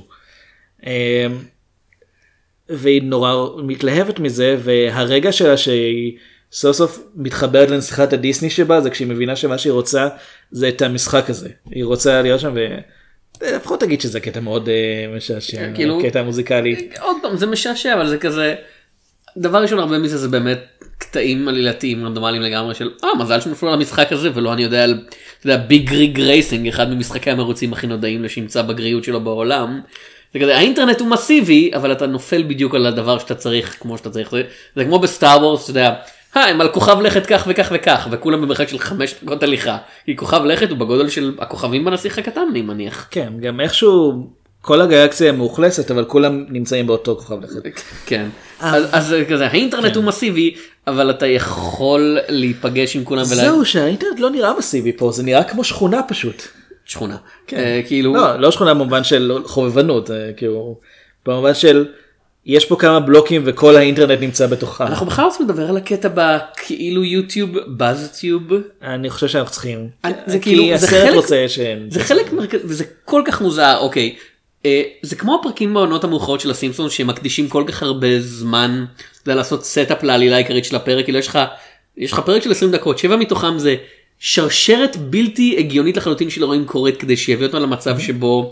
והיא נורא מתלהבת מזה, והרגע שלה שהיא סוף סוף מתחברת לנסיכת הדיסני שבה, זה כשהיא מבינה שמה שהיא רוצה זה את המשחק הזה. היא רוצה להיות שם ולפחות תגיד שזה קטע מאוד משעשע, קטע מוזיקלי. עוד פעם, זה משעשע, אבל זה כזה, דבר ראשון הרבה מזה זה באמת קטעים עלילתיים רנדומליים לגמרי של, אה, מזל שנפלו על המשחק הזה, ולא אני יודע על, אתה יודע, ביג ריג רייסינג, אחד ממשחקי המרוצים הכי נודעים לשמצא בגריות שלו בעולם. זה כזה, האינטרנט הוא מסיבי, אבל אתה נופל בדיוק על הדבר שאתה צריך, כמו שאתה צריך. זה, זה כמו בסטאר וורס, אתה יודע, הם על כוכב לכת כך וכך וכך, וכולם במרחק של חמש דקות הליכה. כי כוכב לכת הוא בגודל של הכוכבים בנסיך הקטן, אני מניח. כן, גם איכשהו כל הגלקסיה מאוכלסת, אבל כולם נמצאים באותו כוכב לכת. כן. אז, אז כזה, האינטרנט כן. הוא מסיבי, אבל אתה יכול להיפגש עם כולם. זהו, שהאינטרנט לא נראה מסיבי פה, זה נראה כמו שכונה פשוט. שכונה. כן. Uh, כאילו... לא, לא שכונה במובן של חובבנות, כאילו, במובן של יש פה כמה בלוקים וכל האינטרנט נמצא בתוכה. אנחנו בכלל רוצים לדבר על הקטע בכאילו יוטיוב, בזטיוב. אני חושב שאנחנו צריכים. זה כאילו, כי זה הסרט חלק, רוצה ש... זה חלק מרכזי, וזה כל כך מוזר, אוקיי. Uh, זה כמו הפרקים בעונות המאוחרות של הסימפסון, שמקדישים כל כך הרבה זמן כדי לעשות סטאפ לעלילה העיקרית של הפרק, כאילו יש לך, יש לך פרק של עשרים דקות, שבע מתוכם זה שרשרת בלתי הגיונית לחלוטין של אירועים קורית, כדי שיביא אותנו למצב שבו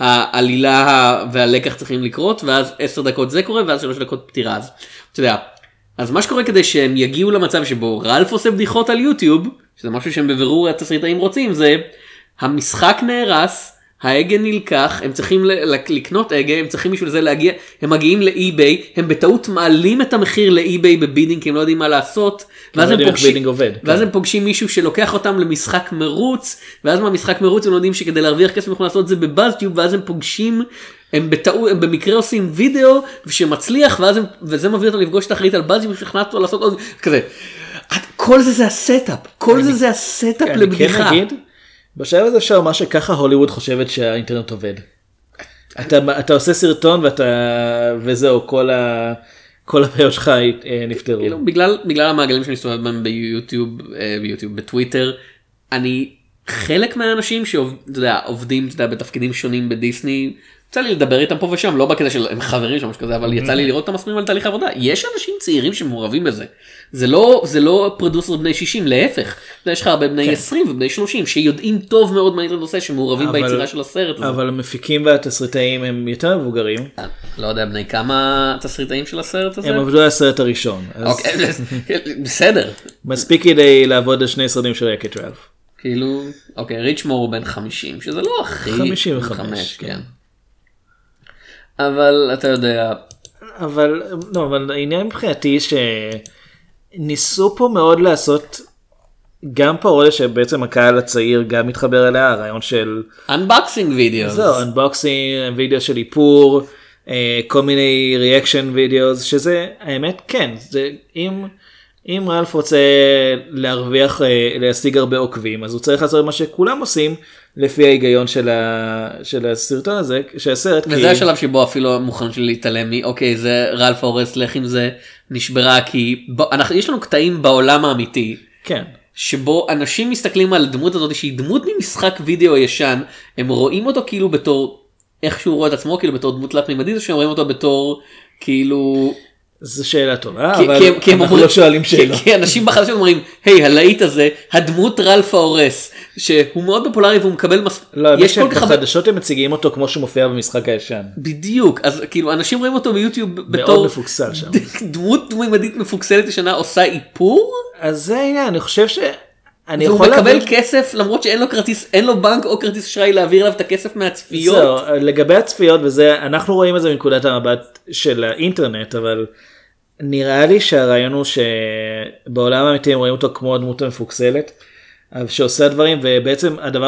העלילה והלקח צריכים לקרות, ואז עשר דקות זה קורה, ואז שלוש דקות פתירה. אז אתה יודע, אז מה שקורה כדי שהם יגיעו למצב שבו רלף עושה בדיחות על יוטיוב, שזה משהו שהם בבירור התסריטאים רוצים, זה המשחק נהרס, ההגה נלקח, הם צריכים לקנות הגה, הם צריכים בשביל זה להגיע, הם מגיעים לאי-ביי, הם בטעות מעלים את המחיר לאי-ביי בבידינג, כי הם לא יודעים מה לעשות, ואז הם פוגשים, ואז הם פוגשים מישהו שלוקח אותם למשחק מרוץ, ואז מהמשחק מרוץ הם יודעים שכדי להרוויח כסף הם יכולים לעשות את זה בבאזטיוב, ואז הם פוגשים, הם בטעות, הם במקרה עושים וידאו, ושמצליח, ואז הם, וזה מביא אותם לפגוש את האחראית על באזטיוב, ושכנעת אותו לעשות עוד, כזה, כל זה זה הסטאפ, כל זה זה הסטאפ לבדיחה. בשלב הזה אפשר לומר שככה הוליווד חושבת שהאינטרנט עובד. אתה, אתה עושה סרטון ואתה, וזהו, כל ה, כל הבעיות שלך נפטרו. כאילו, בגלל, בגלל המעגלים שאני מסתובב בהם ביוטיוב, ביוטיוב, בטוויטר, אני חלק מהאנשים שעובדים בתפקידים שונים בדיסני, יצא לי לדבר איתם פה ושם, לא בקטע של הם חברים שם, כזה, אבל יצא לי לראות את המסלולים על תהליך עבודה. יש אנשים צעירים שמעורבים בזה. זה לא, זה לא פרודוסר בני שישים, להפך. יש לך הרבה בני עשרים ובני שלושים, שיודעים טוב מאוד מה הנושא, שמעורבים ביצירה של הסרט הזה. אבל המפיקים והתסריטאים הם יותר מבוגרים. לא יודע בני כמה תסריטאים של הסרט הזה? הם עבדו על הסרט הראשון. בסדר. מספיק כדי לעבוד על שני סרטים של רק-איט רלף. כאילו, אוקיי, ריצ'מור הוא בן חמישים, שזה לא הכי... חמישים וחמש, כן. אבל אתה יודע... אבל, לא, אבל העניין מבחינתי שניסו פה מאוד לעשות גם פרודיה שבעצם הקהל הצעיר גם מתחבר אליה, הרעיון של... Unboxing videos. זהו, Unboxing, וידאו של איפור, כל מיני reaction videos, שזה, האמת, כן, זה, אם... אם רלף רוצה להרוויח, להשיג הרבה עוקבים, אז הוא צריך לעשות מה שכולם עושים, לפי ההיגיון של, ה... של הסרטון הזה, של הסרט. וזה כי... השלב שבו אפילו מוכן שלי להתעלם מי, אוקיי, זה רלף אורס, לך עם זה נשברה, כי ב... אנחנו, יש לנו קטעים בעולם האמיתי, כן. שבו אנשים מסתכלים על הדמות הזאת, שהיא דמות ממשחק וידאו ישן, הם רואים אותו כאילו בתור, איך שהוא רואה את עצמו, כאילו בתור דמות תלת מימדית, או שהם רואים אותו בתור, כאילו... זו שאלה טובה, כי, אבל כי, כי אנחנו אומרים, לא שואלים שאלה. כי, כי אנשים בחדשות אומרים, היי, הלהיט הזה, הדמות רלף ההורס, שהוא מאוד פופולרי והוא מקבל מס... לא, יש כל כך... בחדשות הם מציגים אותו כמו שהוא מופיע במשחק הישן. בדיוק, אז כאילו אנשים רואים אותו ביוטיוב בתור... מאוד מפוקסל שם. דמות דמוימדית מפוקסלת ישנה עושה איפור? אז זה העניין, אני חושב ש... והוא מקבל כסף למרות שאין לו כרטיס, אין לו בנק או כרטיס אשראי להעביר אליו את הכסף מהצפיות. זהו, לגבי הצפיות וזה, אנחנו רואים את זה מנקודת המבט של האינטרנט, אבל נראה לי שהרעיון הוא שבעולם האמיתי הם רואים אותו כמו הדמות המפוקסלת, שעושה דברים, ובעצם הדבר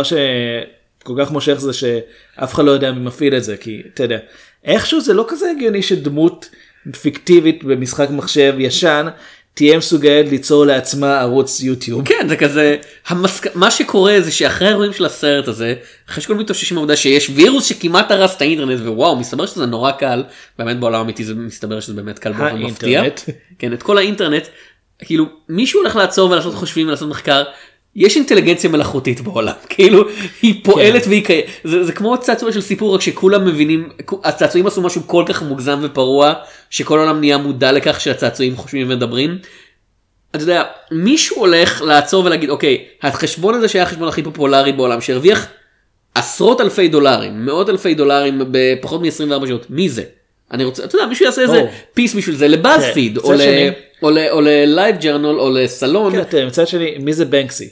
שכל כך מושך זה שאף אחד לא יודע מי מפעיל את זה, כי אתה יודע, איכשהו זה לא כזה הגיוני שדמות פיקטיבית במשחק מחשב ישן, תהיה מסוגלת ליצור לעצמה ערוץ יוטיוב. כן, זה כזה, המסק... מה שקורה זה שאחרי האירועים של הסרט הזה, אחרי שכל מתאוששים העובדה שיש וירוס שכמעט הרס את האינטרנט, ווואו, מסתבר שזה נורא קל, באמת בעולם האמיתי זה מסתבר שזה באמת קל באופן מפתיע. כן, את כל האינטרנט, כאילו, מישהו הולך לעצור ולעשות חושבים ולעשות מחקר, יש אינטליגנציה מלאכותית בעולם, כאילו, היא פועלת כן. והיא קיימת, זה, זה כמו צעצוע של סיפור, רק שכולם מבינים, הצעצועים עשו משהו כל כך מוגזם ופרוע, שכל העולם נהיה מודע לכך שהצעצועים חושבים ומדברים. אתה יודע, מישהו הולך לעצור ולהגיד, אוקיי, החשבון הזה שהיה החשבון הכי פופולרי בעולם, שהרוויח עשרות אלפי דולרים, מאות אלפי דולרים בפחות מ-עשרים וארבע שעות, מי זה? אני רוצה, אתה יודע, מישהו יעשה איזה פיס בשביל זה, לבאזפיד, או ללייב ג'רנל, או לסלון. כן, תראה, מצד שני, מי זה בנקסי?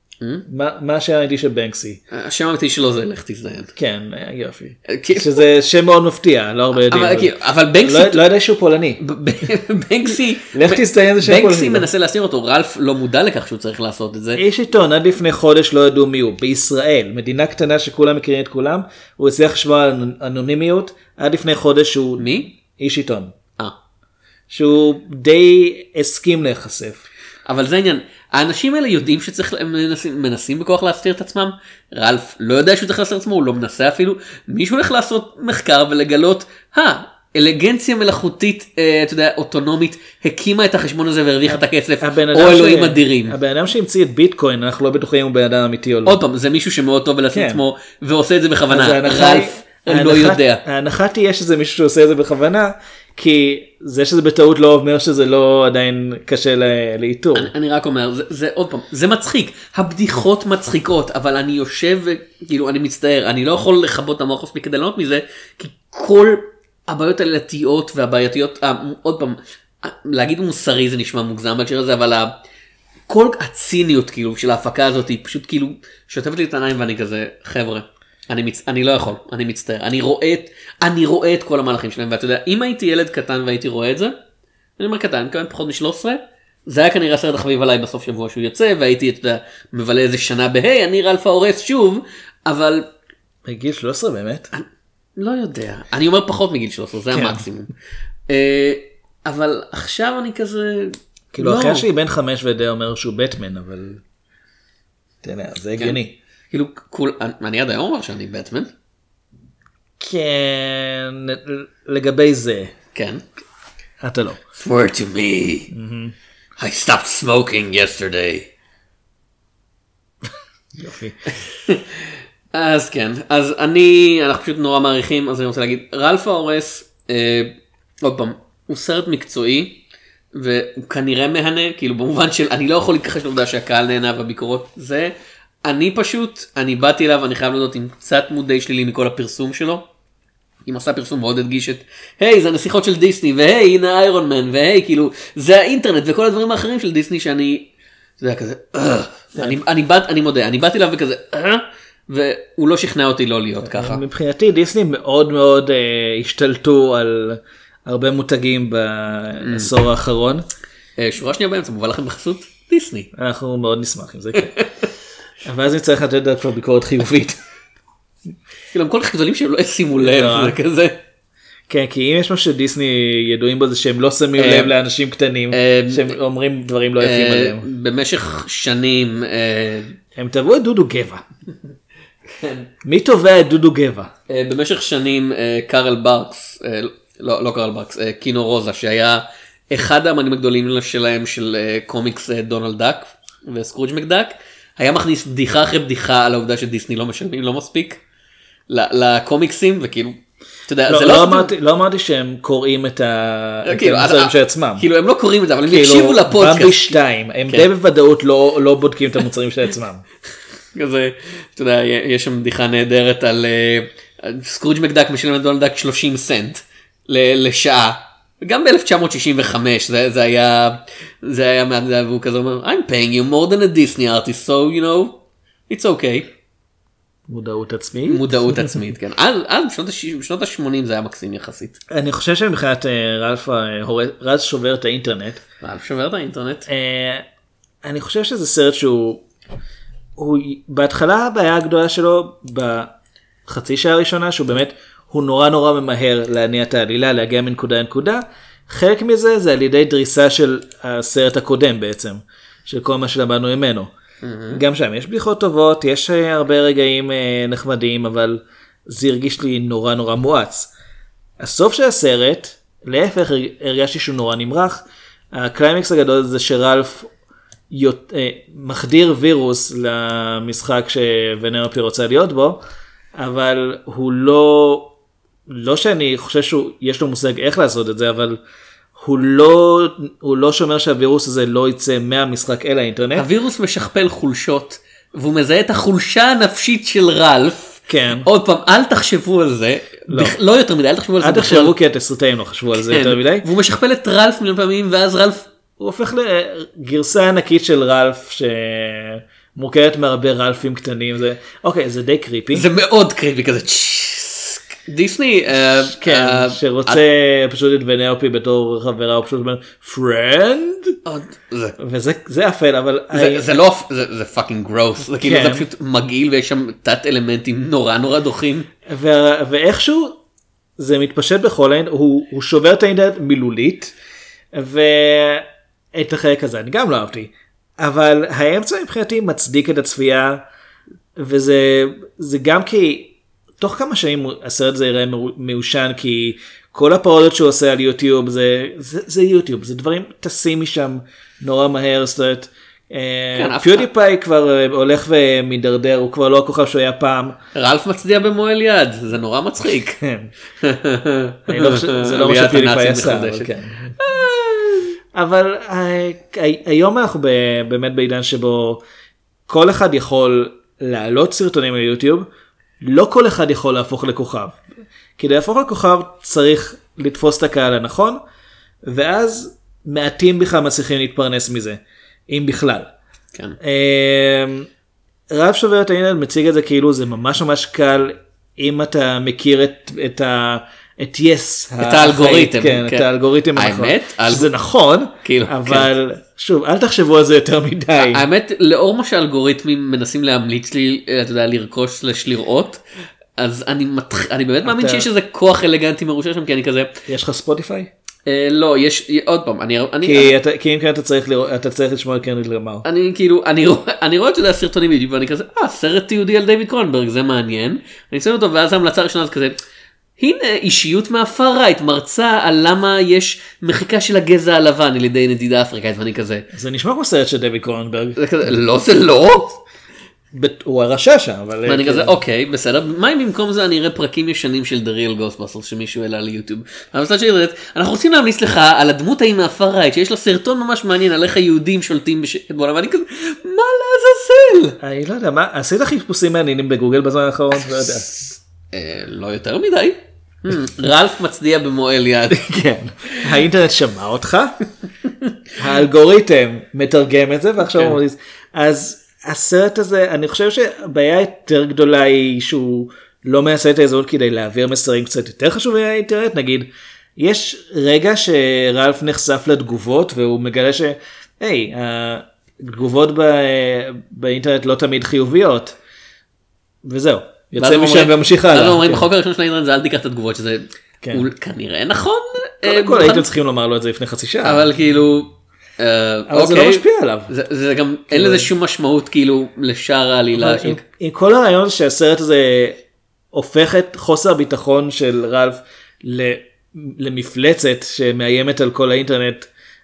מה השם האמיתי של בנקסי? השם האמיתי שלו זה לך תזדיין. כן, יופי. שזה שם מאוד מפתיע, לא הרבה יודעים. אבל בנקסי... לא יודע שהוא פולני. בנקסי... לך תזדיין זה שם פולני. בנקסי מנסה להסתיר אותו, רלף לא מודע לכך שהוא צריך לעשות את זה. איש עיתון, עד לפני חודש לא ידעו מי הוא. בישראל, מדינה קטנה שכולם מכירים את כולם, הוא הצליח לשמוע על אנונימיות, עד לפני חודש שהוא... מי? איש עיתון. אה. שהוא די הסכים להיחשף. אבל זה העניין, האנשים האלה יודעים שצריך, הם מנסים, מנסים בכוח להסתיר את עצמם, רלף לא יודע שהוא צריך להסתיר את עצמו, הוא לא מנסה אפילו, מישהו הולך לעשות מחקר ולגלות, אה, אלגנציה מלאכותית, אה, אתה יודע, אוטונומית, הקימה את החשבון הזה והרוויחה את הכסף, או אלוהים אדירים. הבן אדם שהמציא את ביטקוין, אנחנו לא בטוחים אם הוא בן אדם אמיתי או לא. עוד פעם, זה מישהו שמאוד טוב בלעשות את עצמו, ועושה את זה בכוונה, רלף לא יודע. ההנחה תהיה שזה מישהו שעושה את זה בכוונה, כי זה שזה בטעות לא אומר שזה לא עדיין קשה לאיתור. אני, אני רק אומר, זה, זה עוד פעם, זה מצחיק, הבדיחות מצחיקות, אבל אני יושב וכאילו אני מצטער, אני לא יכול לכבות את המוח מספיק כדי לענות מזה, כי כל הבעיות העלתיות והבעייתיות, עוד פעם, להגיד מוסרי זה נשמע מוגזם בהקשר הזה, אבל כל הציניות כאילו של ההפקה הזאת היא פשוט כאילו שוטפת לי את העיניים ואני כזה, חבר'ה. אני, מצ... אני לא יכול, אני מצטער, אני רואה, את... אני רואה את כל המהלכים שלהם, ואתה יודע, אם הייתי ילד קטן והייתי רואה את זה, אני אומר קטן, כמובן פחות מ-שלוש עשרה, זה היה כנראה סרט החביב עליי בסוף שבוע שהוא יוצא, והייתי, אתה יודע, מבלה איזה שנה בהי, אני רלף ההורס שוב, אבל... בגיל שלוש עשרה באמת? אני לא יודע, אני אומר פחות מגיל שלוש עשרה, זה כן. המקסימום. אבל עכשיו אני כזה... כאילו, לא. אחרי שלי בן חמש ודי אומר שהוא בטמן, אבל... תראה, זה הגיוני. כן. כאילו, כול, אני עד היום אומר שאני בטמן. כן, לגבי זה. כן. אתה לא. Swear to me. Mm-hmm. I stopped smoking yesterday. יופי. אז כן, אז אני, אנחנו פשוט נורא מעריכים, אז אני רוצה להגיד, רלף ההורס, אה, עוד פעם, הוא סרט מקצועי, והוא כנראה מהנה, כאילו במובן של, אני לא יכול להתכחש לעובדה שהקהל נהנה והביקורות זה, אני פשוט, אני באתי אליו, אני חייב לדעת עם קצת מודי שלילי מכל הפרסום שלו, אם עשה פרסום מאוד הדגיש את, היי, זה הנסיכות של דיסני, והי, הנה איירון מן, והי, כאילו, זה האינטרנט וכל הדברים האחרים של דיסני שאני, זה היה כזה, אני, אני, אני מודה, אני באתי אליו וכזה, והוא לא שכנע אותי לא להיות ככה. מבחינתי דיסני מאוד מאוד השתלטו על הרבה מותגים בעשור האחרון. שורה שנייה באמצע, מובא לכם בחסות דיסני. אנחנו מאוד נשמח עם זה. אבל אז נצטרך לתת כבר ביקורת חיובית. כאילו הם כל כך גדולים שהם לא ישימו לב, זה כזה. כן, כי אם יש משהו שדיסני ידועים בו זה שהם לא שמים לב לאנשים קטנים, שהם אומרים דברים לא יפים עליהם. במשך שנים... הם תבעו את דודו גבע. מי תובע את דודו גבע? במשך שנים קארל ברקס, לא, לא קארל ברקס, קינו רוזה, שהיה אחד האמנים הגדולים שלהם של קומיקס דונלד דאק וסקרוג' מקדאק, היה מכניס בדיחה אחרי בדיחה על העובדה שדיסני לא משלמים, לא מספיק, לקומיקסים, וכאילו, אתה יודע, לא, זה לא, לא... אמרתי, לא אמרתי שהם קוראים את כאילו, המוצרים של עצמם. כאילו, הם לא קוראים את זה, אבל הם כאילו, יקשיבו לפודקאסט. במבי שתיים, הם כן. די בוודאות לא, לא בודקים את המוצרים של עצמם. כזה, אתה יודע, יש שם בדיחה נהדרת על סקרוג' מקדאק משלם לדונלד דאק שלושים סנט לשעה. גם ב-אלף תשע מאות שישים וחמש זה, זה היה, זה היה מהגדל, והוא כזה אומר, I'm paying you more than a Disney artist, so you know, it's okay. מודעות עצמית. מודעות עצמית, כן. עד, עד בשנות ה-שמונים זה היה מקסים יחסית. אני חושב שמבחינת רלף רז שובר את האינטרנט. רלף שובר את האינטרנט. אני חושב שזה סרט שהוא, הוא, בהתחלה הבעיה הגדולה שלו, בחצי שעה הראשונה, שהוא באמת, הוא נורא נורא ממהר להניע את העלילה, להגיע מנקודה לנקודה. חלק מזה זה על ידי דריסה של הסרט הקודם בעצם, של כל מה שלמדנו ממנו. Mm-hmm. גם שם יש בדיחות טובות, יש הרבה רגעים נחמדים, אבל זה הרגיש לי נורא נורא מואץ. הסוף של הסרט, להפך הרגשתי שהוא נורא נמרח. הקליימקס הגדול זה שרלף יות... מחדיר וירוס למשחק שוונרפי רוצה להיות בו, אבל הוא לא... לא שאני חושב שיש לו מושג איך לעשות את זה, אבל הוא לא, הוא לא שומר שהווירוס הזה לא יצא מהמשחק אל האינטרנט. הווירוס משכפל חולשות, והוא מזהה את החולשה הנפשית של רלף. כן. עוד פעם, אל תחשבו על זה. לא, בכ... לא יותר מדי, אל תחשבו על זה. אל תחשבו כי התסריטאים לא חשבו על זה כן. יותר מדי. והוא משכפל את רלף מיליון פעמים, ואז רלף... הוא הופך לגרסה ענקית של רלף, ש... מורכבת מהרבה רלפים קטנים. זה... אוקיי, זה די קריפי. זה מאוד קריפי כזה. דיסני, כן, שרוצה פשוט את ונרפי בתור חברה, הוא פשוט אומר, friend? וזה אפל, אבל... זה לא, זה פאקינג גרוס, זה כאילו זה פשוט מגעיל, ויש שם תת אלמנטים נורא נורא דוחים. ואיכשהו זה מתפשט בכל העין, הוא שובר את האינטרנט מילולית, ואת החלק הזה אני גם לא אהבתי, אבל האמצע מבחינתי מצדיק את הצפייה, וזה גם כי... תוך כמה שנים הסרט הזה יראה מיושן, כי כל הפרודות שהוא עושה על יוטיוב זה, זה, זה יוטיוב, זה דברים טסים משם נורא מהר, זאת אומרת, פיודיפיי כבר הולך ומדרדר, הוא כבר לא הכוכב שהוא היה פעם. רלף מצדיע במועל יד, זה נורא מצחיק. כן. זה לא מה שפיודיפיי עשה, אבל כן. אבל היום אנחנו באמת בעידן שבו כל אחד יכול להעלות סרטונים על יוטיוב, לא כל אחד יכול להפוך לכוכב. כדי להפוך לכוכב צריך לתפוס את הקהל הנכון, ואז מעטים בכלל מצליחים להתפרנס מזה, אם בכלל. כן. רב שובר את האינטרנט מציג את זה כאילו זה ממש ממש קל, אם אתה מכיר את, את ה... את יס, את האלגוריתם, כן, את האלגוריתם הנכון, שזה נכון, כאילו, אבל שוב, אל תחשבו על זה יותר מדי. האמת, לאור מה שהאלגוריתמים מנסים להמליץ לי, אתה יודע, לרכוש סלש לראות, אז אני, אני באמת מאמין שיש איזה כוח אלגנטי מרושע שם, כי אני כזה... יש לך ספוטיפיי? לא, יש, עוד פעם, אני... כי אם כן אתה צריך אתה צריך לשמוע את קרנית למר. אני כאילו, אני רואה את זה סרטונים ביוטיוב, ואני כזה, אה, סרט תיעודי על דיוויד קרונברג, זה מעניין. אני אצלנו אותו, ואז ההמלצה הראשונה זה כזה, הנה אישיות מהפאר רייט, מרצה על למה יש מחיקה של הגזע הלבן על ידי נדידה אפריקאית, ואני כזה. זה נשמע כמו סרט של דיוויד קרונברג. זה כזה, לא, זה לא. הוא הרשע שם, אבל... ואני כזה, אוקיי, בסדר, מה אם במקום זה אני אראה פרקים ישנים של The Real Ghostbusters שמישהו העלה ליוטיוב? אבל מצד שני, אנחנו רוצים להמליץ לך על הדמות ההיא מהפארייט, שיש לה סרטון ממש מעניין על איך היהודים שולטים בשקט בעולם, ואני כזה, מה לעזאזל? אני לא יודע, מה, עשית חיפושים מעניינים בגוגל בזמן האחרון? לא יודע. לא יותר מדי. רלף מצדיע במועל יד. כן, האינטרנט שמע אותך, האלגוריתם מתרגם את זה, ועכשיו הוא מרגיש, אז הסרט הזה, אני חושב שהבעיה יותר גדולה היא שהוא לא מנסה את האזור כדי להעביר מסרים קצת יותר חשובים מהאינטרנט, נגיד, יש רגע שרלף נחשף לתגובות, והוא מגלה ש, היי, התגובות באינטרנט לא תמיד חיוביות, וזהו. יוצא משם וממשיך הלאה. אנחנו אומרים, בחוק הראשון של האינטרנט זה אל תיקח את התגובות, שזה כנראה נכון. קודם כל הייתם צריכים לומר לו את זה לפני חצי שעה. אבל כאילו, אבל זה לא משפיע עליו. זה גם, אין לזה שום משמעות כאילו לשאר העלילה. עם כל הרעיון שהסרט הזה הופך את חוסר הביטחון של רלף למפלצת שמאיימת על כל האינטרנט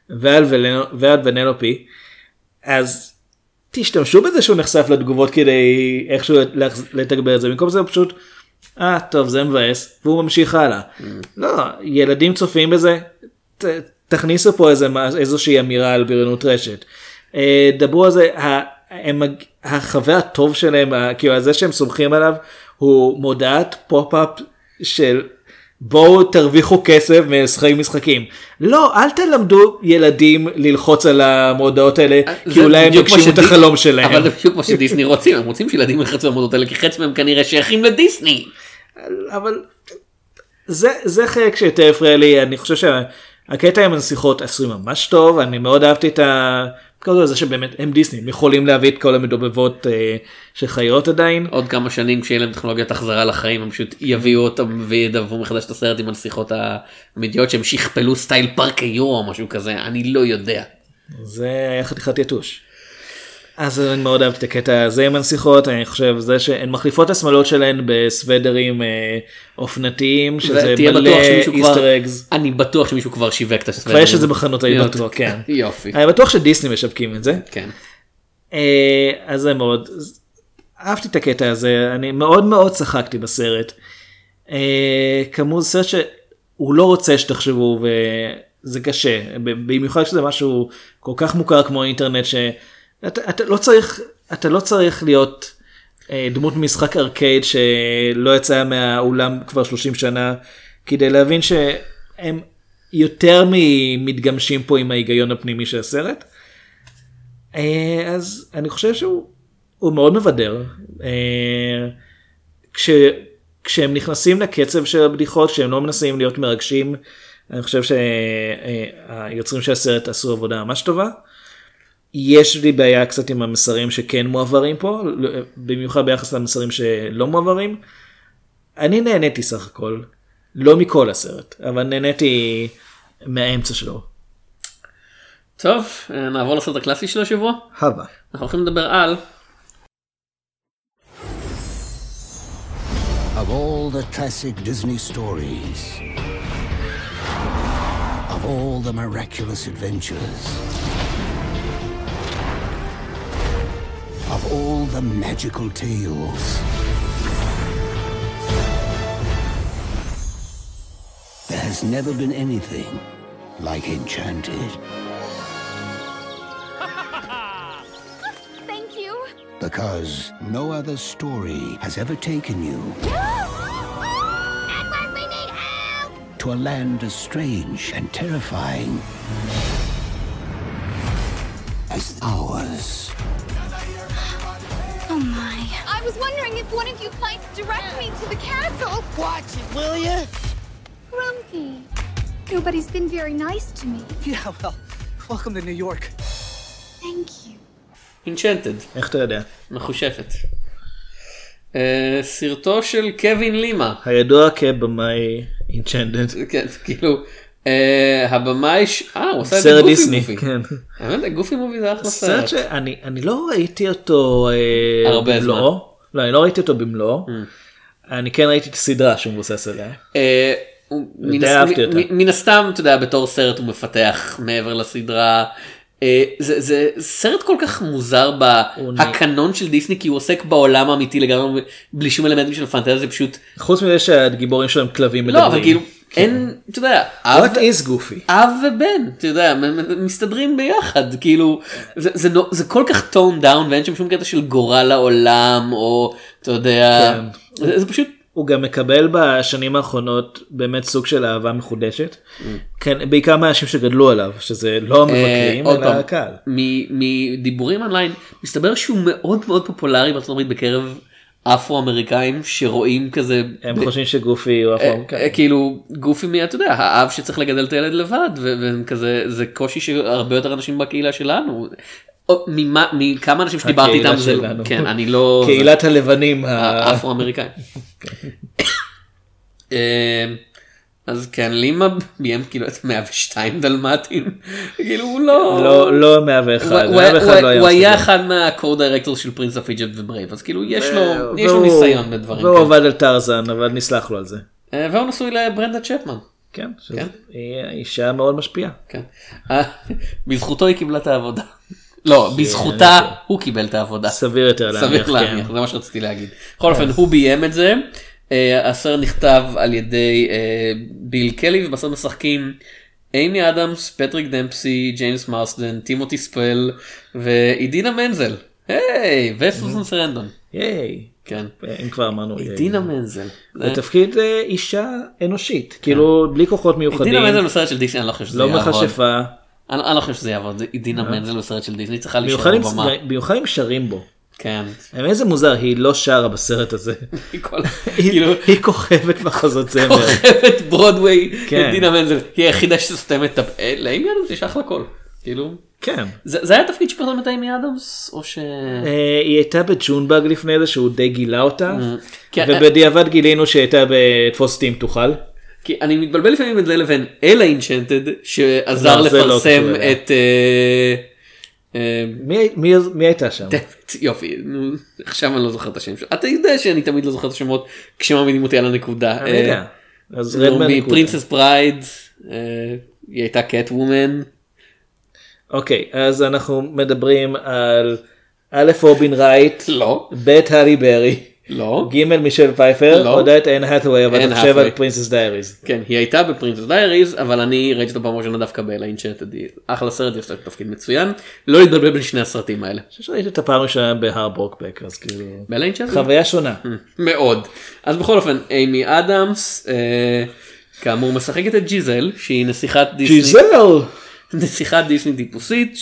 ועל ונלופי, אז תשתמשו בזה שהוא נחשף לתגובות כדי איכשהו לתגבר את זה, במקום זה הוא פשוט, אה טוב זה מבאס, והוא ממשיך הלאה. לא, ילדים צופים בזה, ת, תכניסו פה איזה, איזושהי אמירה על בריונות רשת. דברו על זה, הם, החווה הטוב שלהם, כאילו זה שהם סומכים עליו, הוא מודעת פופ-אפ של בואו תרוויחו כסף משחקים משחקים. לא, אל תלמדו ילדים ללחוץ על המודעות האלה, כי אולי הם יגשימו את החלום שלהם. אבל זה בדיוק כמו שדיסני רוצים, הם רוצים שילדים ילחצו על המודעות האלה, כי חצי מהם כנראה שייכים לדיסני. אבל זה, זה חלק שיותר הפריע לי, אני חושב שהקטע עם הנסיכות עשוי ממש טוב, אני מאוד אהבתי את ה... כל זה שבאמת הם דיסני, הם יכולים להביא את כל המדובבות אה, שחיות עדיין. עוד כמה שנים כשיהיה להם טכנולוגיית החזרה לחיים, הם פשוט יביאו אותם וידברו מחדש את הסרט עם הנסיכות המדיעות שהם שכפלו סטייל פארק היורו או משהו כזה, אני לא יודע. זה היה חתיכת יתוש. אז אני מאוד אהבתי את הקטע הזה עם הנסיכות, אני חושב זה שהן מחליפות השמלות שלהן בסוודרים אה, אופנתיים, שזה מלא איסטר אגז. אני בטוח שמישהו כבר שיווק את הסוודרים. כבר יש את זה בחנות, אני בטוח, כן. יופי. אני בטוח שדיסני משווקים את זה. כן. אה, אז זה מאוד, אהבתי את הקטע הזה, אני מאוד מאוד צחקתי בסרט. אה, כמו זה סרט שהוא לא רוצה שתחשבו, וזה קשה, במיוחד שזה משהו כל כך מוכר כמו אינטרנט, ש... אתה, אתה לא צריך, אתה לא צריך להיות אה, דמות משחק ארקייד שלא יצא מהאולם כבר שלושים שנה, כדי להבין שהם יותר מתגמשים פה עם ההיגיון הפנימי של הסרט. אה, אז אני חושב שהוא הוא מאוד מבדר. אה, כש, כשהם נכנסים לקצב של הבדיחות, כשהם לא מנסים להיות מרגשים, אני חושב שהיוצרים של הסרט עשו עבודה ממש טובה. יש לי בעיה קצת עם המסרים שכן מועברים פה, במיוחד ביחס למסרים שלא מועברים. אני נהניתי סך הכל, לא מכל הסרט, אבל נהניתי מהאמצע שלו. טוב, נעבור לסרט הקלאסי של השבוע. הבא. אנחנו הולכים לדבר על... Of all the classic Disney stories, of all the miraculous adventures, of all the magical tales, there has never been anything like Enchanted. Thank you. Because no other story has ever taken you Edward, we need help! to a land as strange and terrifying as ours. Oh my. I was wondering if one of you might direct me to the castle. Watch it, will ya? Grumpy. Nobody's been very nice to me. Yeah, well, welcome to New York. Thank you. Enchanted. איך אתה יודע? מחושפת. Uh, סרטו של קווין לימה. הידוע כבמאי Enchanted. כן, כאילו, uh, הבמאי, ש... אה, הוא עושה את סרט גופי דיסני, מובי. כן. האמת, גופי מובי זה אחלה סרט סרט. שאני אני לא ראיתי אותו אה, הרבה במלואו. לא, אני לא ראיתי אותו במלואו. אני כן ראיתי את הסדרה שהוא מבוסס עליה. אה, הוא- מן די הס- אהבתי אותה. מ- מן הסתם, אתה יודע, בתור סרט הוא מפתח מעבר לסדרה זה, זה סרט כל כך מוזר בהקנון של דיסני, כי הוא עוסק בעולם האמיתי לגמרי, בלי שום אלמנטים של פנטזיה, זה פשוט... חוץ מזה שהגיבורים שלהם כלבים מדברים. לא, אבל כאילו, אין, אתה יודע, What is Goofy? אב ובן, אתה יודע, מסתדרים ביחד, כאילו, זה, זה, זה כל כך טון דאון, ואין שם שום קטע של גורל לעולם, או, אתה יודע, זה, זה פשוט... הוא גם מקבל בשנים האחרונות באמת סוג של אהבה מחודשת, כן, בעיקר מהאנשים שגדלו עליו, שזה לא המבקרים, אלא הקהל. מדיבורים אונליין, מסתבר שהוא מאוד מאוד פופולרי בארצות הברית בקרב אפרו-אמריקאים שרואים כזה... הם חושבים שגופי הוא אפרו-אמריקאי. כאילו, גופי מי, אתה יודע, האב שצריך לגדל את הילד לבד, וכזה, זה קושי שהרבה יותר אנשים בקהילה שלנו. מכמה אנשים שדיברתי איתם, כן, אני לא... קהילת הלבנים האפרו-אמריקאים. אז כן, לימה ביים כאילו את מאה ושתיים דלמטים, כאילו הוא לא... לא מאה ואחת, הוא היה אחד מהקו-דירקטורס של פרינס אוף איג'פט וברייב, אז כאילו יש לו ניסיון בדברים כאלה. והוא עבד על טרזן, אבל נסלח לו על זה. והוא נשוי לברנדה צ'פמן. כן, היא אישה מאוד משפיעה. כן, בזכותו היא קיבלה את העבודה. לא, בזכותה הוא קיבל את העבודה. סביר יותר להניח. סביר להניח, זה מה שרציתי להגיד. בכל אופן, הוא ביים את זה. הסרט נכתב על ידי ביל קלי, ובסרט משחקים אימי אדמס, פטריק דמפסי, ג'יימס מרסדן, טימותי ספל ואידינה מנזל. היי, וסוסן סרנדון. היי. כן. אם כבר אמרנו. אידינה מנזל. בתפקיד אישה אנושית, כאילו בלי כוחות מיוחדים. אידינה מנזל בסרט של דיסני, אני לא חושב שזה יעבוד. לא מכשפה. אני לא חושב שזה יעבוד, אידינה מנזל בסרט של דיסני צריכה להישאר בבמה. במיוחד אם שרים בו. כן. איזה מוזר, היא לא שרה בסרט הזה. היא כוכבת מחזות זמר. כוכבת ברודווי, אידינה מנזל. היא היחידה שסותמת את הפה. לאימי אדמס יש אחלה קול. כאילו. כן. זה היה תפקיד שפרסם את אימי אדמס? או ש... היא הייתה בג'ונבאג לפני זה שהוא די גילה אותה. ובדיעבד גילינו שהיא הייתה בתפוס אותי אם תוכל. כי אני מתבלבל לפעמים את זה לבין אלה אינצ'נטד שעזר לפרסם את... מי הייתה שם? יופי, עכשיו אני לא זוכר את השם שלו. אתה יודע שאני תמיד לא זוכר את השמות כשמעמידים אותי על הנקודה. אני יודע. אז רד מהנקודה. מפרינסס פרייד, היא הייתה קט וומן. אוקיי, אז אנחנו מדברים על א' רובין רייט, לא. ב' האלי ברי. לא. ג' מישל פייפר, לא. עוד את אין האת'ווי, אבל אתה חושב על פרינסס דייריז. כן, היא הייתה בפרינסס דייריז, אבל אני ראיתי אותה פעם ראשונה דווקא באלה אינצ'נטד, אחלה סרט, יש לה תפקיד מצוין, לא להתבלבל בין שני הסרטים האלה. אני חושב שראיתי את הפעם ראשונה בהרברוקבק, אז כאילו... באלה אינצ'נטד? חוויה שונה. מאוד. אז בכל אופן, אימי אדמס, כאמור משחקת את ג'יזל, שהיא נסיכת דיסני. ג'יזל! נסיכת דיסני טיפוסית,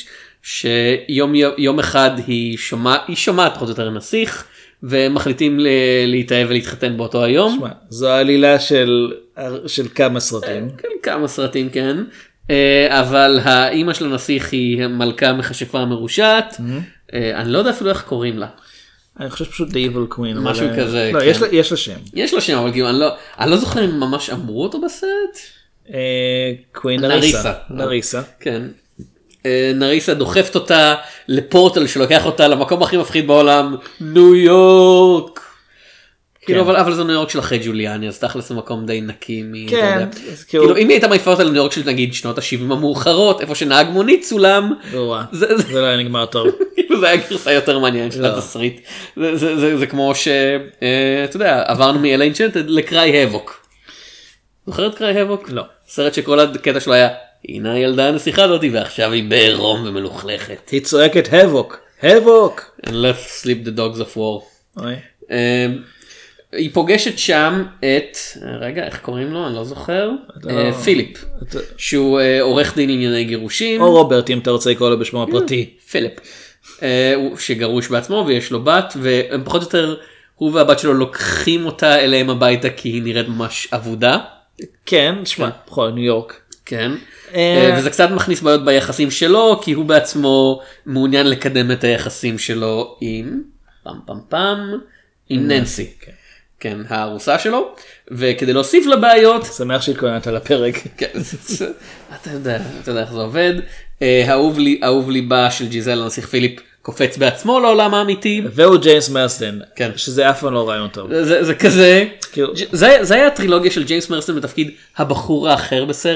שיום אחד היא שומעת פחות או יותר נסיך, ומחליטים להתאהב ולהתחתן באותו היום. שמה, זו העלילה של, של כמה סרטים. כן, כמה סרטים, כן. אבל האימא של הנסיך היא מלכה מכשפה מרושעת. אני לא יודע אפילו איך קוראים לה. אני חושב פשוט The Evil Queen. משהו כזה. לא, יש לה, יש לה שם. יש לה שם, אבל כאילו, אני לא, אני לא זוכר אם ממש אמרו אותו בסרט. קווין נריסה. נריסה. כן. נריסה דוחפת אותה לפורטל שלוקח אותה למקום הכי מפחיד בעולם, ניו יורק. כאילו, אבל, אבל זה ניו יורק של אחרי ג'וליאני, אז תכלס זה מקום די נקי. כן. כאילו, אם היא הייתה מעיפה אותה לניו יורק של נגיד שנות ה-שבעים המאוחרות, איפה שנהג מונית צולם. זה לא היה נגמר טוב. כאילו, זה היה גרסה יותר מעניין של התסריט. זה כמו ש... אתה יודע, עברנו מאלה אינצ'נטד לקראי הבוק. זוכרת קראי הבוק? לא. סרט שכל הקטע שלו היה... הנה הילדה הנסיכה הזאתי ועכשיו היא בעירום ומלוכלכת. היא צועקת הבוק, הבוק. And let's sleep the dogs of war. היא פוגשת שם את, רגע איך קוראים לו אני לא זוכר, פיליפ, שהוא עורך דין ענייני גירושים. או רוברט אם אתה רוצה לקרוא לו בשמו הפרטי. פיליפ, שגרוש בעצמו ויש לו בת והם פחות או יותר, הוא והבת שלו לוקחים אותה אליהם הביתה כי היא נראית ממש עבודה. כן, שמע, בכל ניו יורק. כן. וזה קצת מכניס בעיות ביחסים שלו כי הוא בעצמו מעוניין לקדם את היחסים שלו עם פם פם פם עם ננסי, כן, הארוסה שלו, וכדי להוסיף לבעיות שמח שהתכוננת על הפרק. אתה יודע, אתה יודע איך זה עובד. האהוב לי, האהוב ליבה של ג'יזל הנסיך פיליפ קופץ בעצמו לעולם האמיתי, והוא ג'יימס מרסטן, כן, שזה אף פעם לא רעיון טוב. זה כזה, זה היה הטרילוגיה של ג'יימס מרסטן בתפקיד הבחור האחר בסרט.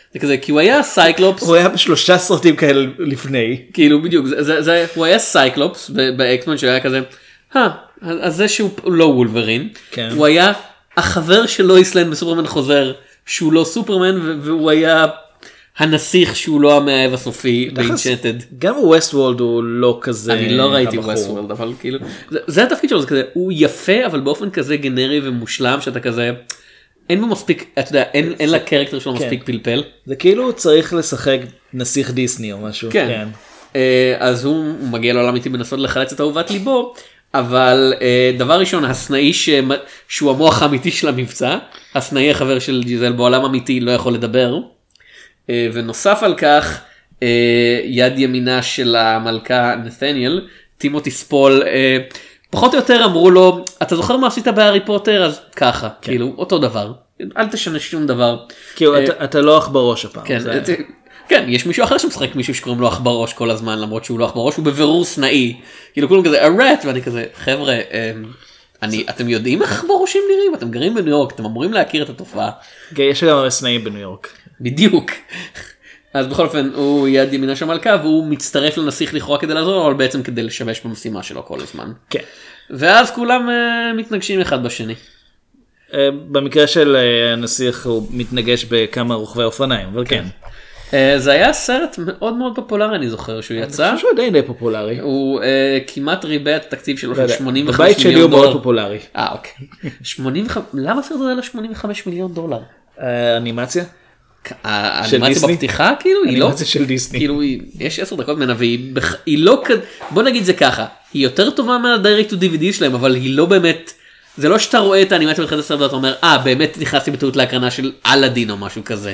זה כזה, כי הוא היה סייקלופס. הוא היה בשלושה סרטים כאלה לפני. כאילו בדיוק, זה, זה, זה, הוא היה סייקלופס באקסמן שהיה כזה, אה, אז זה שהוא לא וולברין, כן. הוא היה החבר של לואיס ליין בסופרמן חוזר, שהוא לא סופרמן, והוא היה הנסיך שהוא לא המאהב הסופי באינצ'נטד. גם ווסט וולד הוא לא כזה. אני לא ראיתי ווסט וולד, אבל כאילו, זה, זה התפקיד שלו, זה כזה, הוא יפה, אבל באופן כזה גנרי ומושלם, שאתה כזה, אין בו מספיק, אתה יודע, אין, אין לקרקטר שלו מספיק פלפל. זה כאילו צריך לשחק נסיך דיסני או משהו. כן. כן. Uh, אז הוא, הוא מגיע לעולם איתי בנסות לחלץ את אהובת ליבו, אבל uh, דבר ראשון, הסנאי ש... שהוא המוח האמיתי של המבצע, הסנאי החבר של ג'יזל בעולם אמיתי לא יכול לדבר, uh, ונוסף על כך, uh, יד ימינה של המלכה נתניאל, טימותי ספול, uh, פחות או יותר אמרו לו, אתה זוכר מה עשית בהארי פוטר? אז ככה, כן. כאילו, אותו דבר, אל תשנה שום דבר. כאילו, uh, אתה, אתה לא אח בראש הפעם. כן, זה... את... כן, יש מישהו אחר שמשחק מישהו שקוראים לו אח בראש כל הזמן, למרות שהוא לא אח בראש, הוא בבירור סנאי. כאילו כולם כזה, הרט, ואני כזה, חבר'ה, אני, אתם יודעים איך בראשים נראים? אתם גרים בניו יורק, אתם אמורים להכיר את התופעה. יש גם סנאים בניו יורק. בדיוק. אז בכל אופן, הוא יד ימינה של המלכה, והוא מצטרף לנסיך לכאורה כדי לעזור, אבל בעצם כדי לשמש במשימה שלו כל הזמן. כן. ואז כולם מתנגשים אחד בשני. במקרה של הנסיך הוא מתנגש בכמה רוכבי אופניים, אבל כן. זה היה סרט מאוד מאוד פופולרי, אני זוכר שהוא יצא. אני חושב שהוא די די פופולרי. הוא כמעט ריבע את התקציב שלו של שמונים וחמש בבית שלי הוא מאוד פופולרי. אה אוקיי. למה הסרט הזה עלה שמונים וחמישה מיליון דולר? אנימציה? האנימציה בפתיחה כאילו? אנימציה של דיסני. כאילו יש עשר דקות ממנה והיא לא, בוא נגיד זה ככה, היא יותר טובה מה-Direct to די וי די שלהם, אבל היא לא באמת, זה לא שאתה רואה את האנימציה בתחילת הסרט ואתה אומר, אה באמת נכנסתי בטעות להקרנה של אלאדין או משהו כזה.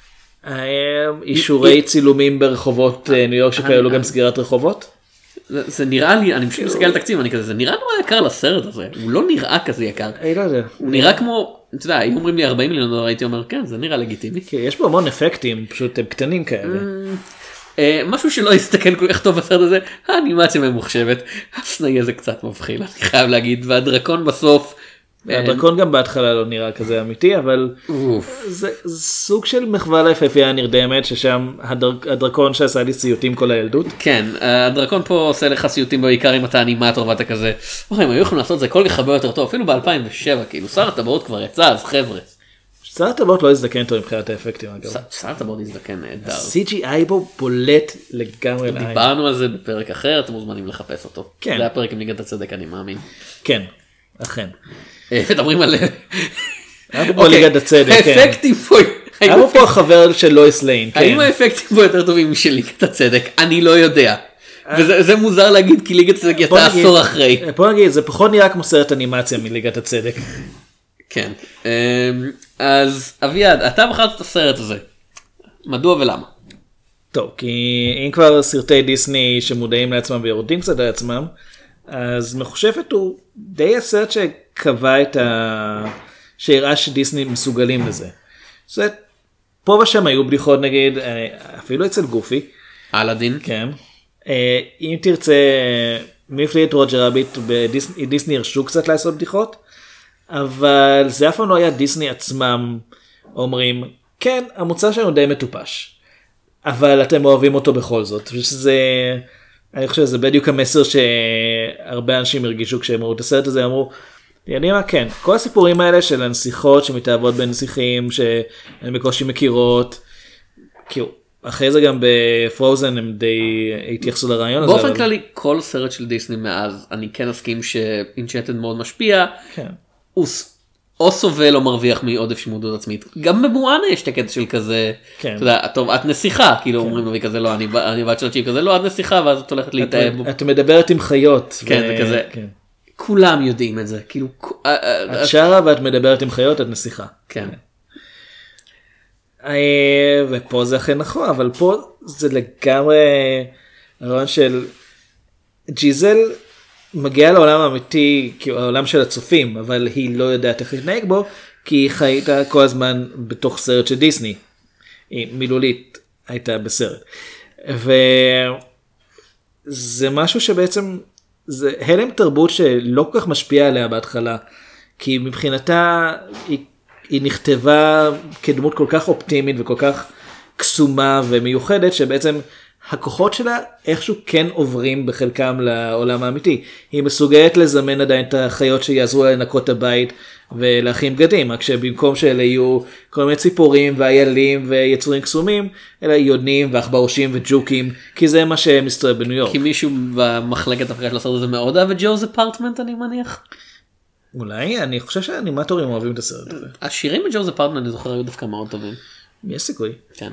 אישורי צילומים ברחובות ניו יורק שכאלו גם סגירת רחובות? זה נראה לי, אני פשוט מסתכל על תקציב, אני כזה, זה נראה נורא יקר לסרט הזה, הוא לא נראה כזה יקר. אני לא יודע. הוא נראה כמו, אתה יודע, אם אומרים לי ארבעים מיליון דולר, הייתי אומר, כן, זה נראה לגיטימי. יש בו המון אפקטים, פשוט הם קטנים כאלה. משהו שלא יסתכל כל כך טוב בסרט הזה, האנימציה ממוחשבת, הסנאי הזה קצת מבחיל, אני חייב להגיד, והדרקון בסוף, הדרקון גם בהתחלה לא נראה כזה אמיתי, אבל זה סוג של מחווה ליפהפייה נרדמת, ששם הדרקון שעשה לי סיוטים כל הילדות. כן, הדרקון פה עושה לך סיוטים בעיקר אם אתה אנימטור ואתה כזה, אוקיי, הם היו יכולים לעשות את זה כל כך הרבה יותר טוב, אפילו ב-אלפיים ושבע, כאילו שר הטבעות כבר יצא, אז חבר'ה. שר הטבעות לא הזדקן טוב מבחינת האפקטים, אגב. שר הטבעות הזדקן נהדר. ה-סי ג'י איי בו בולט לגמרי לעין. דיברנו על זה בפרק אחר, אתם מוזמנים לחפש אותו. כן. זה הפרק עם ליגת הצדק, אני מאמין. כן, אכן. מדברים על ליגת הצדק. האפקטים פה. היה פה החבר של לואיס ליין. האם האפקטים פה יותר טובים משל ליגת הצדק? אני לא יודע. וזה מוזר להגיד כי ליגת הצדק יצא עשור אחרי. בוא נגיד, זה פחות נראה כמו סרט אנימציה מליגת הצדק. כן. אז אביעד, אתה בחרת את הסרט הזה. מדוע ולמה? טוב, כי אם כבר סרטי דיסני שמודעים לעצמם ויורדים קצת לעצמם, אז מחושבת הוא די הסרט שקבע את ה... שהראה שדיסני מסוגלים לזה. זאת אומרת, פה ושם היו בדיחות נגיד, אפילו אצל גופי. אלאדין. כן. אם תרצה, מי הפליא את רוג'ר רביט, דיסני הרשו קצת לעשות בדיחות, אבל זה אף פעם לא היה דיסני עצמם אומרים, כן, המוצר שלנו די מטופש, אבל אתם אוהבים אותו בכל זאת. ושזה... אני חושב שזה בדיוק המסר שהרבה אנשים הרגישו כשהם ראו את הסרט הזה, אמרו, אני מה כן, כל הסיפורים האלה של הנסיכות שמתאהבות בנסיכים, שהן בקושי מכירות, כאילו, אחרי זה גם בפרוזן הם די התייחסו לרעיון הזה. באופן כללי, כל סרט של דיסני מאז, אני כן אסכים שאינצ'נטד מאוד משפיע, הוא או סובל או מרוויח מעודף של מודעות עצמית. גם במואנה יש את הקטע של כזה, אתה יודע, טוב, את נסיכה, כאילו אומרים לו כזה, לא, אני בת של הצ'יפ כזה, לא, את נסיכה, ואז את הולכת להתאהב בו. את מדברת עם חיות. כן, זה כזה, כולם יודעים את זה, כאילו. את שרה ואת מדברת עם חיות, את נסיכה. כן. ופה זה אכן נכון, אבל פה זה לגמרי הרעיון של ג'יזל, מגיעה לעולם האמיתי, כאילו העולם של הצופים, אבל היא לא יודעת איך להתנהג בו, כי היא חייתה כל הזמן בתוך סרט של דיסני. היא מילולית הייתה בסרט. וזה משהו שבעצם, זה הלם תרבות שלא כל כך משפיע עליה בהתחלה, כי מבחינתה היא, היא נכתבה כדמות כל כך אופטימית וכל כך קסומה ומיוחדת שבעצם הכוחות שלה איכשהו כן עוברים בחלקם לעולם האמיתי. היא מסוגלת לזמן עדיין את החיות שיעזרו לה לנקות את הבית ולהכין בגדים, רק שבמקום שאלה יהיו כל מיני ציפורים ואיילים ויצורים קסומים, אלא יודנים ועכברושים וג'וקים, כי זה מה שמסתובב בניו יורק. כי מישהו במחלקת הפקה של הסרט הזה מאוד אוהב את ג'וז אפרטמנט, אני מניח. אולי, אני חושב שהאנימטורים אוהבים את הסרט הזה. השירים בג'וז אפרטמנט אני זוכר היו דווקא מאוד טובים. יש סיכוי. כן.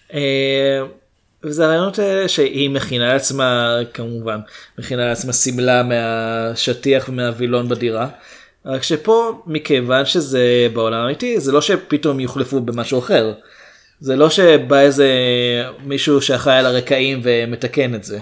וזה הרעיונות האלה שהיא מכינה לעצמה, כמובן, מכינה לעצמה סמלה מהשטיח ומהווילון בדירה. רק שפה, מכיוון שזה בעולם האמיתי, זה לא שפתאום יוחלפו במשהו אחר. זה לא שבא איזה מישהו שאחראי על הרקעים ומתקן את זה.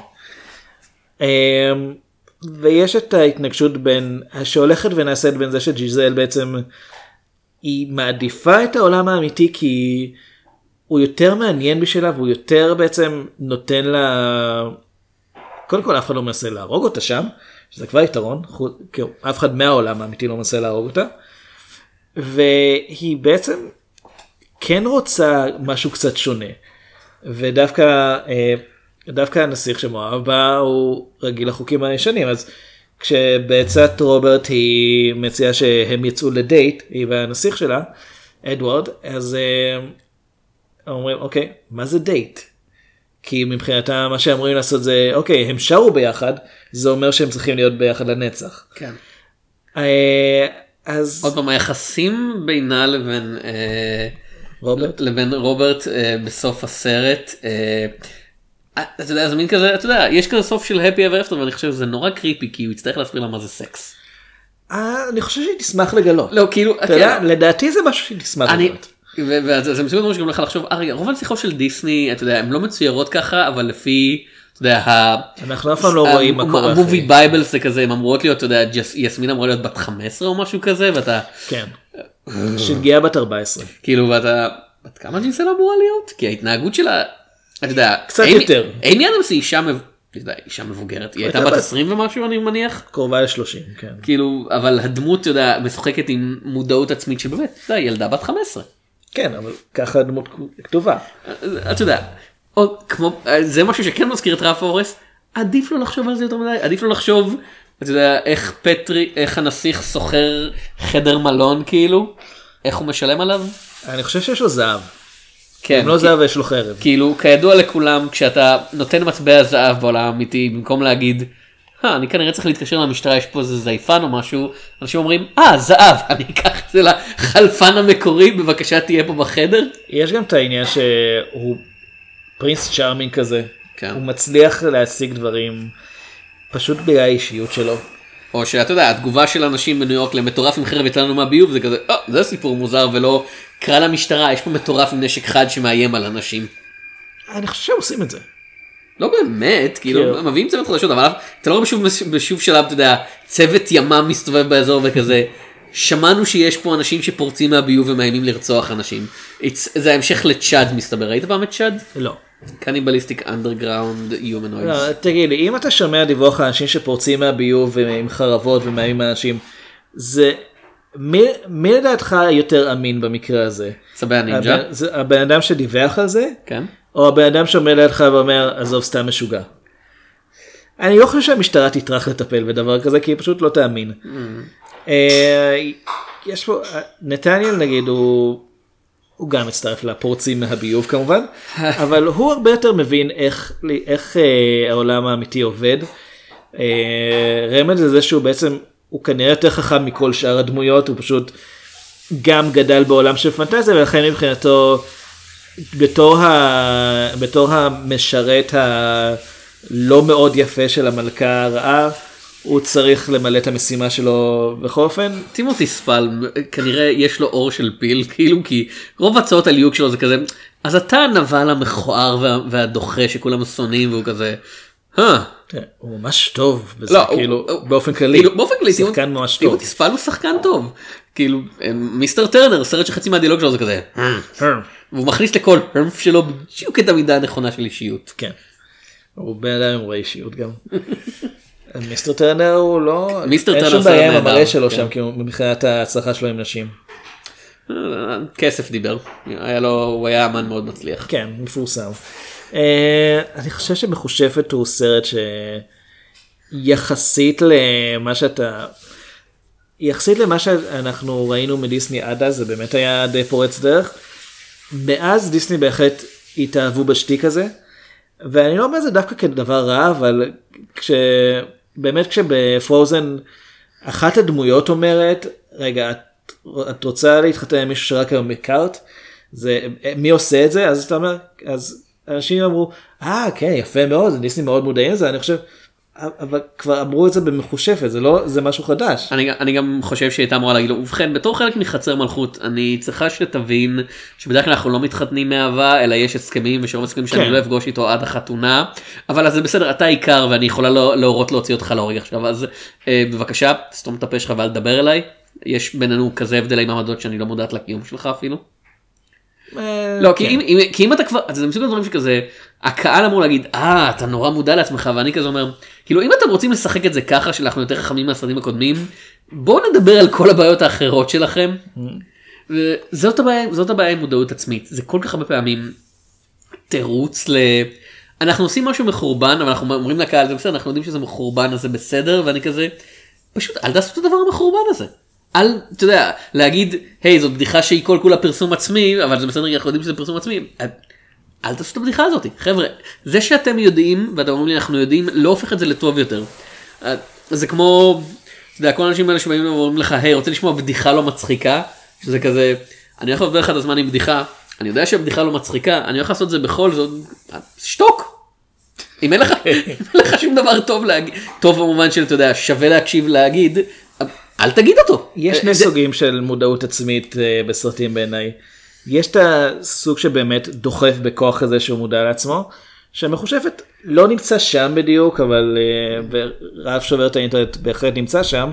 ויש את ההתנגשות בין, שהולכת ונעשית בין זה שג'יזל בעצם, היא מעדיפה את העולם האמיתי כי הוא יותר מעניין בשבילה, והוא יותר בעצם נותן לה, קודם כל אף אחד לא מנסה להרוג אותה שם, שזה כבר יתרון, כי אף אחד מהעולם האמיתי לא מנסה להרוג אותה, והיא בעצם כן רוצה משהו קצת שונה, ודווקא דווקא הנסיך שמואב בה הוא רגיל לחוקים הישנים, אז כשבעצת רוברט היא מציעה שהם יצאו לדייט, היא והנסיך שלה, אדוארד, אז אומרים, אוקיי, מה זה דייט? כי מבחינתם מה שאמורים לעשות זה, אוקיי, הם שרו ביחד, זה אומר שהם צריכים להיות ביחד לנצח. כן. אז... עוד פעם, היחסים בינה לבין רוברט, לבין רוברט בסוף הסרט, אתה יודע, זה מין כזה, אתה יודע, יש כזה סוף של happy ever after, ואני חושב שזה נורא קריפי, כי הוא יצטרך להסביר לה מה זה סקס. אני חושב שהיא תשמח לגלות. לא, כאילו, אתה יודע, לדעתי זה משהו שהיא תשמח לגלות. וזה מסוים דברים שגם לך לחשוב, רוב הנסיכות של דיסני, אתה יודע, הן לא מצוירות ככה, אבל לפי, אתה יודע, אנחנו אף פעם לא רואים מה קורה. המובי בייבל זה כזה, הן אמורות להיות, אתה יודע, יסמין אמורה להיות בת חמש עשרה או משהו כזה, ואתה... כן, שגיעה בת ארבע עשרה. כאילו, ואתה, בת כמה ג'יסל אמורה להיות? כי ההתנהגות שלה, אתה יודע, קצת יותר. אימי אדמס היא אישה, אתה יודע, אישה מבוגרת, היא הייתה בת עשרים ומשהו אני מניח. קרובה ל-שלושים, כן. כאילו, אבל הדמות, אתה יודע, משוחקת עם מודעות עצמית שבאמת, אתה יודע, ילדה בת חמש עשרה. כן, אבל ככה הדמות כתובה. אתה יודע, או כמו, זה משהו שכן מזכיר את רף אורס, עדיף לו לחשוב על זה יותר מדי, עדיף לו לחשוב, אתה יודע, איך פטרי, איך הנסיך סוחר חדר מלון כאילו, איך הוא משלם עליו? אני חושב שיש לו זהב. כן. אם לא זהב יש לו חרב. כאילו, כידוע לכולם, כשאתה נותן מטבע זהב בעולם האמיתי, במקום להגיד, אה, אני כנראה צריך להתקשר למשטרה, יש פה איזה זייפן או משהו, אנשים אומרים, אה, זהב, אני אקח את זה לחלפן המקורי, בבקשה תהיה פה בחדר. יש גם את העניין שהוא פרינס צ'ארמינג כזה, כן. הוא מצליח להשיג דברים פשוט בגלל האישיות שלו. או שאתה יודע, התגובה של אנשים בניו יורק למטורף עם חרב יצא לנו מהביוב, זה כזה, אה, זה סיפור מוזר ולא קרא למשטרה, יש פה מטורף עם נשק חד שמאיים על אנשים. אני חושב שהם עושים את זה. לא באמת, כאילו, מביאים צוות חדשות, אבל אתה לא רואה בשוב שלב, אתה יודע, צוות ימ"מ מסתובב באזור וכזה, שמענו שיש פה אנשים שפורצים מהביוב ומאיימים לרצוח אנשים. זה ההמשך לצ'אד מסתבר, ראית פעם את צ'אד? לא. קניבליסטיק אנדרגראונד יומנוידס. לא, תגיד לי, אם אתה שומע דיווח על אנשים שפורצים מהביוב עם חרבות ומאיימים על אנשים, זה, מי, מי לדעתך יותר אמין במקרה הזה? סבא הנינג'ה? הבן, זה, הבן אדם שדיווח על זה? כן. או הבן אדם שעומד לידך ואומר, עזוב סתם משוגע. אני לא חושב שהמשטרה תטרח לטפל בדבר כזה, כי היא פשוט לא תאמין. Mm. יש פה, נתניאל נגיד, הוא, הוא גם מצטרף לפורצים מהביוב כמובן, אבל הוא הרבה יותר מבין איך, איך אה, העולם האמיתי עובד. אה, רמז לזה שהוא בעצם, הוא כנראה יותר חכם מכל שאר הדמויות, הוא פשוט גם גדל בעולם של פנטזיה, ולכן מבחינתו, בתור, ה... בתור המשרת הלא מאוד יפה של המלכה הרעה, הוא צריך למלא את המשימה שלו בכל אופן. טימותי ספל, כנראה יש לו אור של פיל, כאילו, כי רוב הצעות הליהוק שלו זה כזה, אז אתה הנבל המכוער וה... והדוחה שכולם שונאים, והוא כזה, אה. הוא ממש טוב, בזה, לא, כאילו, הוא... באופן כללי, כאילו, באופן כללי, שחקן ממש טוב. טימותי ספל הוא שחקן טוב. כאילו, מיסטר טרנר, סרט שחצי מהדיאלוג שלו זה כזה, והוא מכניס לכל הרף שלו בדיוק את המידה הנכונה של אישיות. כן. הוא בן אדם עם רואה אישיות גם. מיסטר טרנר הוא לא... מיסטר אין טרנר שום סרט בעיה עם נהדר, המראה שלו כן. שם, כי מבחינת ההצלחה שלו עם נשים. כסף דיבר, היה לו, הוא היה אמן מאוד מצליח. כן, מפורסם. אני חושב שמחושפת הוא סרט שיחסית למה שאתה, יחסית למה שאנחנו ראינו מדיסני עד אז, זה באמת היה די פורץ דרך. מאז דיסני בהחלט התאהבו בשטיק הזה, ואני לא אומר זה דווקא כדבר רע, אבל כש... באמת כשבפרוזן אחת הדמויות אומרת, רגע, את, את רוצה להתחתן עם מישהו שרק היום מקארט? זה, מי עושה את זה? אז אתה אומר, אז אנשים אמרו, אה, כן, יפה מאוד, דיסני מאוד מודעים לזה, אני חושב, אבל כבר אמרו את זה במחושפת, זה לא, זה משהו חדש. אני, אני גם חושב שהייתה אמורה להגיד לו, ובכן, בתור חלק מחצר מלכות, אני צריכה שתבין שבדרך כלל אנחנו לא מתחתנים מאהבה, אלא יש הסכמים, ושרוב הסכמים שאני לא אפגוש איתו עד החתונה, אבל אז זה בסדר, אתה עיקר, ואני יכולה לא, להורות להוציא אותך להורג עכשיו, אז אה, בבקשה, סתום את הפה שלך ואל תדבר אליי, יש בינינו כזה הבדלי מעמדות שאני לא מודעת לקיום שלך אפילו. לא, כי אם, אם, כי אם אתה כבר, זה מסוג הדברים שכזה, הקהל אמור להגיד, אה, אתה נורא מודע לעצמך, ואני כזה אומר, כאילו, אם אתם רוצים לשחק את זה ככה, שאנחנו יותר חכמים מהסרטים הקודמים, בואו נדבר על כל הבעיות האחרות שלכם, וזאת הבעיה, זאת הבעיה עם מודעות עצמית, זה כל כך הרבה פעמים תירוץ ל... אנחנו עושים משהו מחורבן, אבל אנחנו אומרים לקהל, זה בסדר, אנחנו יודעים שזה מחורבן, אז זה בסדר, ואני כזה, פשוט אל תעשו את הדבר המחורבן הזה. אל, אתה יודע, להגיד, היי, זאת בדיחה שהיא כל כולה פרסום עצמי, אבל זה בסדר, אנחנו יודעים שזה פרסום עצמי. אל, אל תעשו את הבדיחה הזאת. חבר'ה, זה שאתם יודעים, ואתם אומרים לי, אנחנו יודעים, לא הופך את זה לטוב יותר. זה כמו, אתה יודע, כל האנשים האלה שבאים ואומרים לך, היי, רוצה לשמוע בדיחה לא מצחיקה? שזה כזה, אני הולך לדבר לך את הזמן עם בדיחה, אני יודע שהבדיחה לא מצחיקה, אני הולך לעשות את זה בכל זאת, שתוק. אם אין לך, אין לך שום דבר טוב להגיד, טוב במובן של, אתה יודע, שווה להקשיב להגיד, אל תגיד אותו. יש שני סוגים של מודעות עצמית בסרטים בעיניי. יש את הסוג שבאמת דוחף בכוח הזה שהוא מודע לעצמו, שמחושפת לא נמצא שם בדיוק, אבל רעב שובר את האינטרנט בהחלט נמצא שם,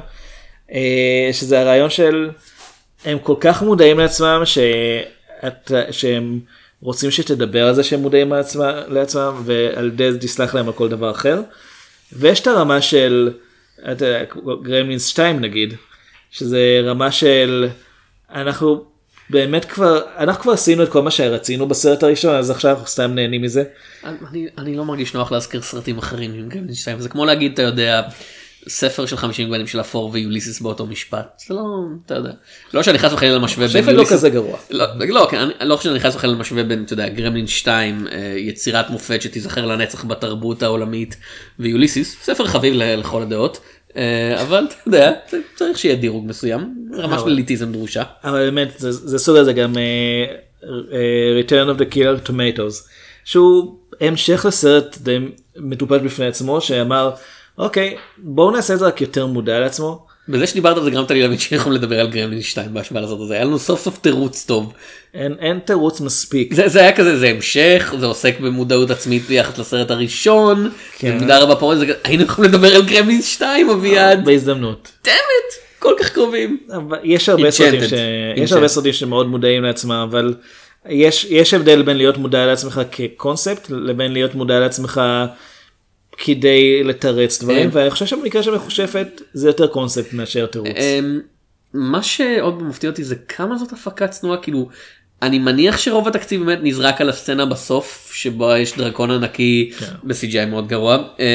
שזה הרעיון של הם כל כך מודעים לעצמם שאת, שהם רוצים שתדבר על זה שהם מודעים לעצמם, ועל זה תסלח להם על כל דבר אחר. ויש את הרמה של גרמלינס שתיים נגיד, שזה רמה של אנחנו באמת כבר, אנחנו כבר עשינו את כל מה שרצינו בסרט הראשון, אז עכשיו אנחנו סתם נהנים מזה. אני, אני לא מרגיש נוח להזכיר סרטים אחרים עם גרמלינס שתיים, זה כמו להגיד, אתה יודע, ספר של חמישים גוונים של אפור ויוליסיס באותו משפט, זה לא, אתה יודע, לא שאני חס וחלילה משווה בין יוליסיס, לא כזה גרוע. לא, לא, אני לא חושב שאני חס וחלילה משווה בין, אתה יודע, גרמלינס שתיים, יצירת מופת שתיזכר לנצח בתרבות העולמית, ויוליסיס, ספר חביב לכל הדעות, אבל אתה יודע, צריך שיהיה דירוג מסוים, רמה של אליטיזם דרושה. אבל באמת, זה סוג הזה גם Return of the Killer Tomatoes, שהוא המשך לסרט די מטופש בפני עצמו, שאמר, אוקיי, בואו נעשה את זה רק יותר מודע לעצמו. בזה שדיברת על זה גרמת לי להבין שיכולים לדבר על גרמלינס שתיים בהשוואה לזאת הזה, היה לנו סוף סוף תירוץ טוב. אין, אין תירוץ מספיק. זה, זה היה כזה, זה המשך, זה עוסק במודעות עצמית ביחד לסרט הראשון, כן. במידה רבה פה, זה, היינו יכולים לדבר על גרמלינס שתיים אביעד. בהזדמנות. דמת, כל כך קרובים. יש הרבה סרטים ש... יש הרבה סרטים שמאוד מודעים לעצמם, אבל יש, יש הבדל בין להיות מודע לעצמך כקונספט, לבין להיות מודע לעצמך כדי לתרץ דברים, ואני חושב שבמקרה שמחושפת זה יותר קונספט מאשר תירוץ. מה שעוד מפתיע אותי זה כמה זאת הפקה צנועה, כאילו אני מניח שרוב התקציב באמת נזרק על הסצנה בסוף שבו יש דרקון ענקי ב-סי ג'י איי מאוד גרוע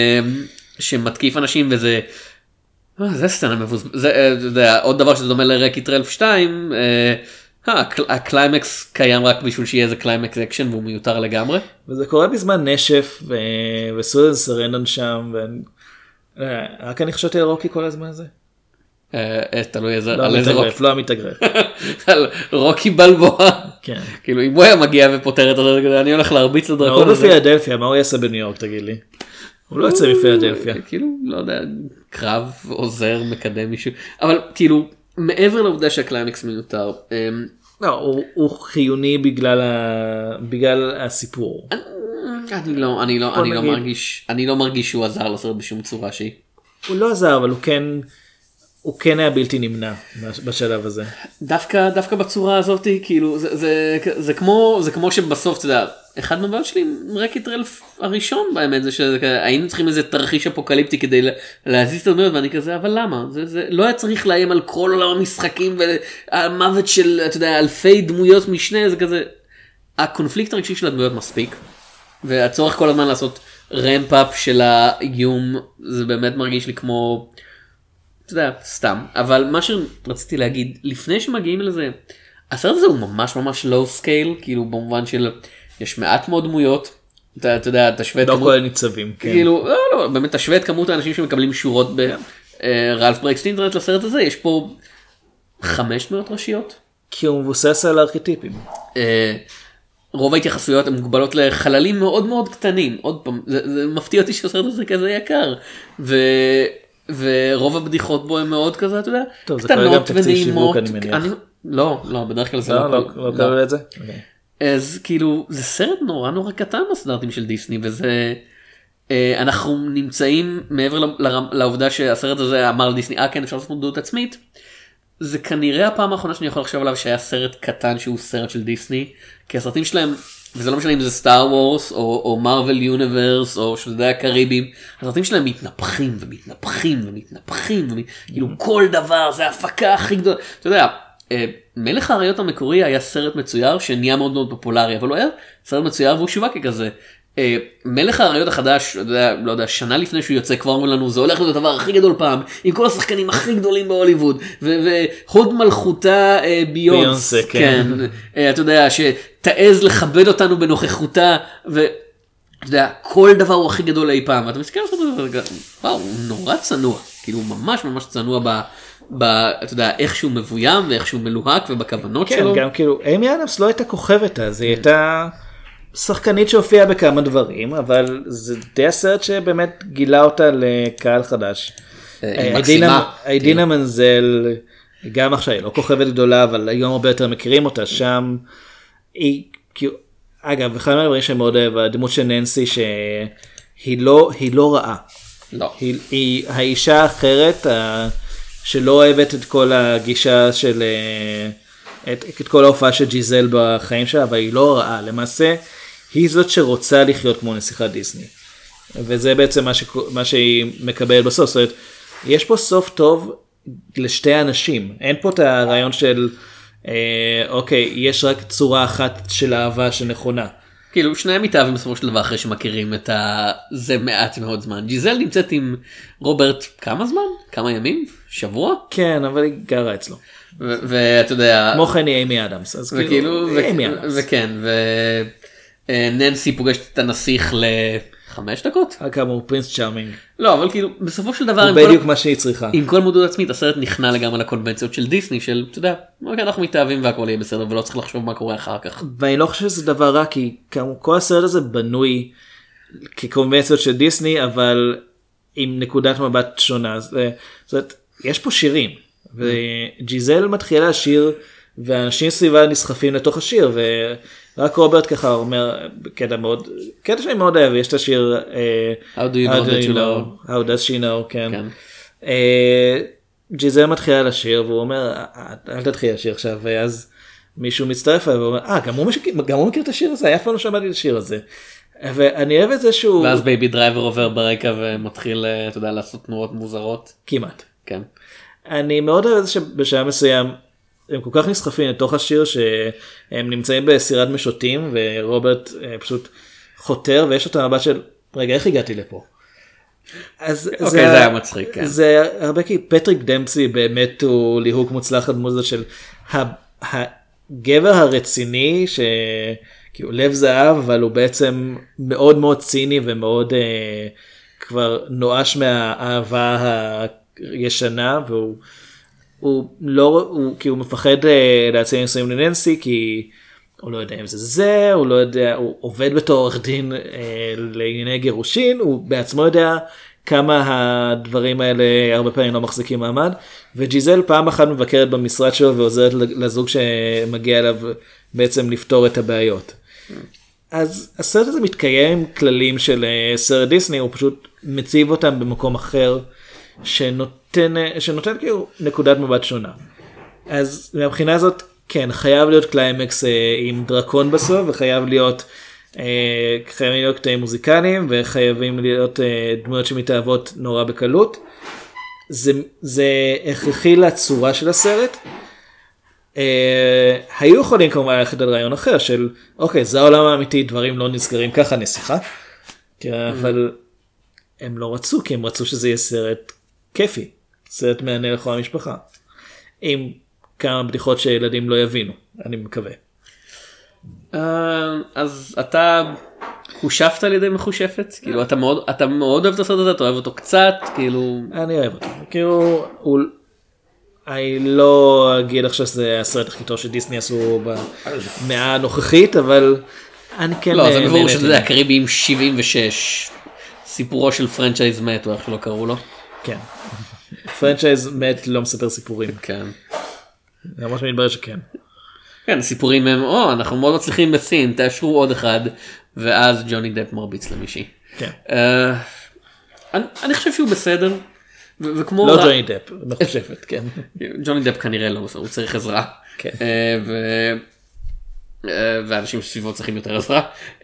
שמתקיף אנשים, וזה זה סצנה מבוזבזת, זה עוד דבר שזה דומה לרקי טרלף שתיים, הקליימקס קיים רק בשביל שיהיה איזה קליימקס אקשן והוא מיותר לגמרי. וזה קורה בזמן נשף וסוזן סרנדון שם, רק אני חשבתי על רוקי כל הזמן הזה. תלוי איזה, על איזה רוקי. לא המתאגרף. על רוקי בלבואה. כן. כאילו אם הוא היה מגיע ופותר את זה, אני הולך להרביץ לדרקון הזה. הוא בפילדלפיה, מה הוא יעשה בניו יורק תגיד לי? הוא לא יוצא בפילדלפיה. כאילו, לא יודע, קרב, עוזר, מקדם מישהו, אבל כאילו, מעבר לעובדה שהקליימקס מיותר, לא, הוא, הוא חיוני בגלל, ה... בגלל הסיפור. אני לא, אני לא, אני לא מרגיש, אני לא מרגיש שהוא עזר לסרט בשום צורה שהיא. הוא לא עזר, אבל הוא כן, הוא כן היה בלתי נמנע בשלב הזה. דווקא, דווקא בצורה הזאת, כאילו, זה, זה, זה כמו, זה כמו שבסוף, אתה יודע, אחד מהבעיות שלי עם רק-איט רלף הראשון באמת, זה שהיינו צריכים איזה תרחיש אפוקליפטי כדי להזיז את הדמויות, ואני כזה, אבל למה? זה, זה לא היה צריך לאיים על כל עולם המשחקים, והמוות של, אתה יודע, אלפי דמויות משנה, זה כזה, הקונפליקט הרגשי של הדמויות מספיק, והצורך כל הזמן לעשות רמפ-אפ של האיום, זה באמת מרגיש לי כמו, אתה יודע, סתם. אבל מה שרציתי להגיד, לפני שמגיעים לזה, הסרט הזה הוא ממש ממש לואו סקייל, כאילו במובן של, יש מעט מאוד דמויות, אתה, אתה יודע, תשווה את לא כמות, כל הניצבים, כן. כאילו, לא, לא, באמת תשווה את כמות האנשים שמקבלים שורות ברלף ברקס אינטרנט לסרט הזה, יש פה חמש מאות ראשיות. כי הוא מבוסס על ארכיטיפים. רוב ההתייחסויות הן מוגבלות לחללים מאוד מאוד קטנים, עוד פעם, זה, זה מפתיע אותי שהסרט הזה כזה יקר, ו... ורוב הבדיחות בו הן מאוד כזה, אתה יודע, טוב, קטנות ונעימות. אני... לא, לא, בדרך כלל זה לא, לא, לא, לא קרה את זה. אז כאילו, זה סרט נורא נורא קטן בסטנדרטים של דיסני, וזה, אנחנו נמצאים מעבר לעובדה שהסרט הזה אמר לדיסני, אה כן, אפשר לעשות מודעות עצמית, זה כנראה הפעם האחרונה שאני יכול לחשוב עליו שהיה סרט קטן שהוא סרט של דיסני, כי הסרטים שלהם, וזה לא משנה אם זה סטאר וורס או מרוול יוניברס או שזה הקריבים, הסרטים שלהם מתנפחים ומתנפחים ומתנפחים, כאילו כל דבר זה ההפקה הכי גדולה, אתה יודע, מלך האריות המקורי היה סרט מצויר שנהיה מאוד מאוד פופולרי, אבל הוא היה סרט מצויר והוא שווק כזה. מלך האריות החדש, לא יודע, שנה לפני שהוא יוצא כבר אומר לנו, זה הולך להיות הדבר הכי גדול פעם, עם כל השחקנים הכי גדולים בהוליווד, והוד מלכותה ביונס, כן, אתה יודע, שתעז לכבד אותנו בנוכחותה, ואתה יודע, כל דבר הוא הכי גדול אי פעם, ואתה מסתכל על זה, וואו, הוא נורא צנוע, כאילו ממש ממש צנוע ב... ב, אתה יודע, איך שהוא מבוים ואיך שהוא מלוהק ובכוונות כן, שלו. כן, גם כאילו, אימי אדמס לא הייתה כוכבת אז, היא הייתה שחקנית שהופיעה בכמה דברים, אבל זה די הסרט שבאמת גילה אותה לקהל חדש. היא מקסימה. אידינה מנזל, גם עכשיו, היא לא כוכבת גדולה, אבל היום הרבה יותר מכירים אותה שם. היא, כאילו, אגב, אחד מהדברים שאני מאוד אוהב, הדמות של ננסי, שהיא לא, היא לא רעה. לא. היא, היא האישה האחרת, שלא אוהבת את כל הגישה של, את, את כל ההופעה של ג'יזל בחיים שלה, אבל היא לא רעה. למעשה, היא זאת שרוצה לחיות כמו נסיכת דיסני. וזה בעצם מה, ש, מה שהיא מקבלת בסוף. זאת אומרת, יש פה סוף טוב לשתי אנשים. אין פה את הרעיון של, אה, אוקיי, יש רק צורה אחת של אהבה שנכונה. כאילו שניהם מתאהבים בסופו של דבר אחרי שמכירים את ה... זה מעט מאוד זמן. ג'יזל נמצאת עם רוברט כמה זמן? כמה ימים? שבוע? כן, אבל היא גרה אצלו. ואתה יודע... כמו כן היא אימי אדמס. אז כאילו, אימי אדמס. וכן, וננסי פוגשת את הנסיך לחמש דקות? כאמור, פרינס צ'ארמינג. לא, אבל כאילו, בסופו של דבר... הוא בדיוק מה שהיא צריכה. עם כל מודעות עצמית, הסרט נכנע לגמרי לקונבנציות של דיסני, של, אתה יודע, אנחנו מתאהבים והכל יהיה בסדר, ולא צריך לחשוב מה קורה אחר כך. ואני לא חושב שזה דבר רע, כי כל הסרט הזה בנוי כקונבנציות של דיסני, אבל עם נקודת מבט שונה. זאת אומרת, יש פה שירים, וג'יזל מתחילה לשיר, ואנשים סביבה נסחפים לתוך השיר, ורק רוברט ככה אומר, קטע מאוד, קטע שאני מאוד אוהב, יש את השיר, How do you know that you know? How does she know, כן. ג'יזל מתחילה לשיר, והוא אומר, אל תתחיל לשיר עכשיו, ואז מישהו מצטרף, והוא אומר, אה, גם הוא מכיר את השיר הזה, אף פעם לא שמעתי את השיר הזה. ואני אוהב את זה שהוא... ואז בייבי דרייבר עובר ברקע, ומתחיל, אתה יודע, לעשות תנועות מוזרות. כמעט. כן. אני מאוד אוהב את זה שבשעה מסוים, הם כל כך נסחפים לתוך השיר שהם נמצאים בסירת משוטים ורוברט פשוט חותר ויש אותו מבט של רגע איך הגעתי לפה. אז אוקיי, זה היה מצחיק. כן. זה הרבה כי פטריק דמפסי באמת הוא ליהוק מוצלח הדמות של הגבר הרציני שכאילו לב זהב אבל הוא בעצם מאוד מאוד ציני ומאוד אה, כבר נואש מהאהבה הישנה והוא הוא לא, הוא, כי הוא מפחד להציע נישואים לננסי, כי הוא לא יודע אם זה זה, הוא לא יודע, הוא עובד בתור עורך דין אה, לענייני גירושין, הוא בעצמו יודע כמה הדברים האלה הרבה פעמים לא מחזיקים מעמד, וג'יזל פעם אחת מבקרת במשרד שלו ועוזרת לזוג שמגיע אליו בעצם לפתור את הבעיות. אז הסרט הזה מתקיים עם כללים של סרט דיסני, הוא פשוט מציב אותם במקום אחר, שנותן, שנותן כאילו נקודת מבט שונה. אז מהבחינה הזאת, כן, חייב להיות קליימקס אה, עם דרקון בסוף, וחייב להיות חייבים להיות קטעים מוזיקליים וחייבים להיות דמויות שמתאהבות נורא בקלות. זה, זה הכרחי לצורה של הסרט. היו יכולים כמובן ללכת על רעיון אחר של אוקיי, זה העולם האמיתי, דברים לא נסגרים ככה, נסיכה. אבל הם לא רצו, כי הם רצו שזה יהיה סרט כיפי, סרט מענה לכל המשפחה. עם כמה בדיחות שילדים לא יבינו, אני מקווה. אז אתה חושפת על ידי מחושפת? כאילו אתה מאוד, אתה מאוד אוהב את הסרט הזה, אתה אוהב אותו קצת, כאילו... אני אוהב אותו, כאילו, הוא... אני לא אגיד עכשיו שזה הסרט הכי טוב שדיסני עשו במאה הנוכחית, אבל אני כן... לא, זה ברור שזה הקריביים שבעים ושש, סיפורו של פרנצ'ייז מת, או איך שלא קראו לו. כן, פרנצ'ייז מת לא מספר סיפורים. כן. ממש מתברר שכן. כן, סיפורים הם, או, אנחנו מאוד מצליחים בסין, תאשרו עוד אחד, ואז ג'וני דפ מרביץ למישהי. כן. אני חושב שהוא בסדר. וכמו לא ג'וני דפ, מחושפת, כן. ג'וני דפ כנראה לא, הוא צריך עזרה. כן. ואנשים סביבו צריכים יותר עזרה.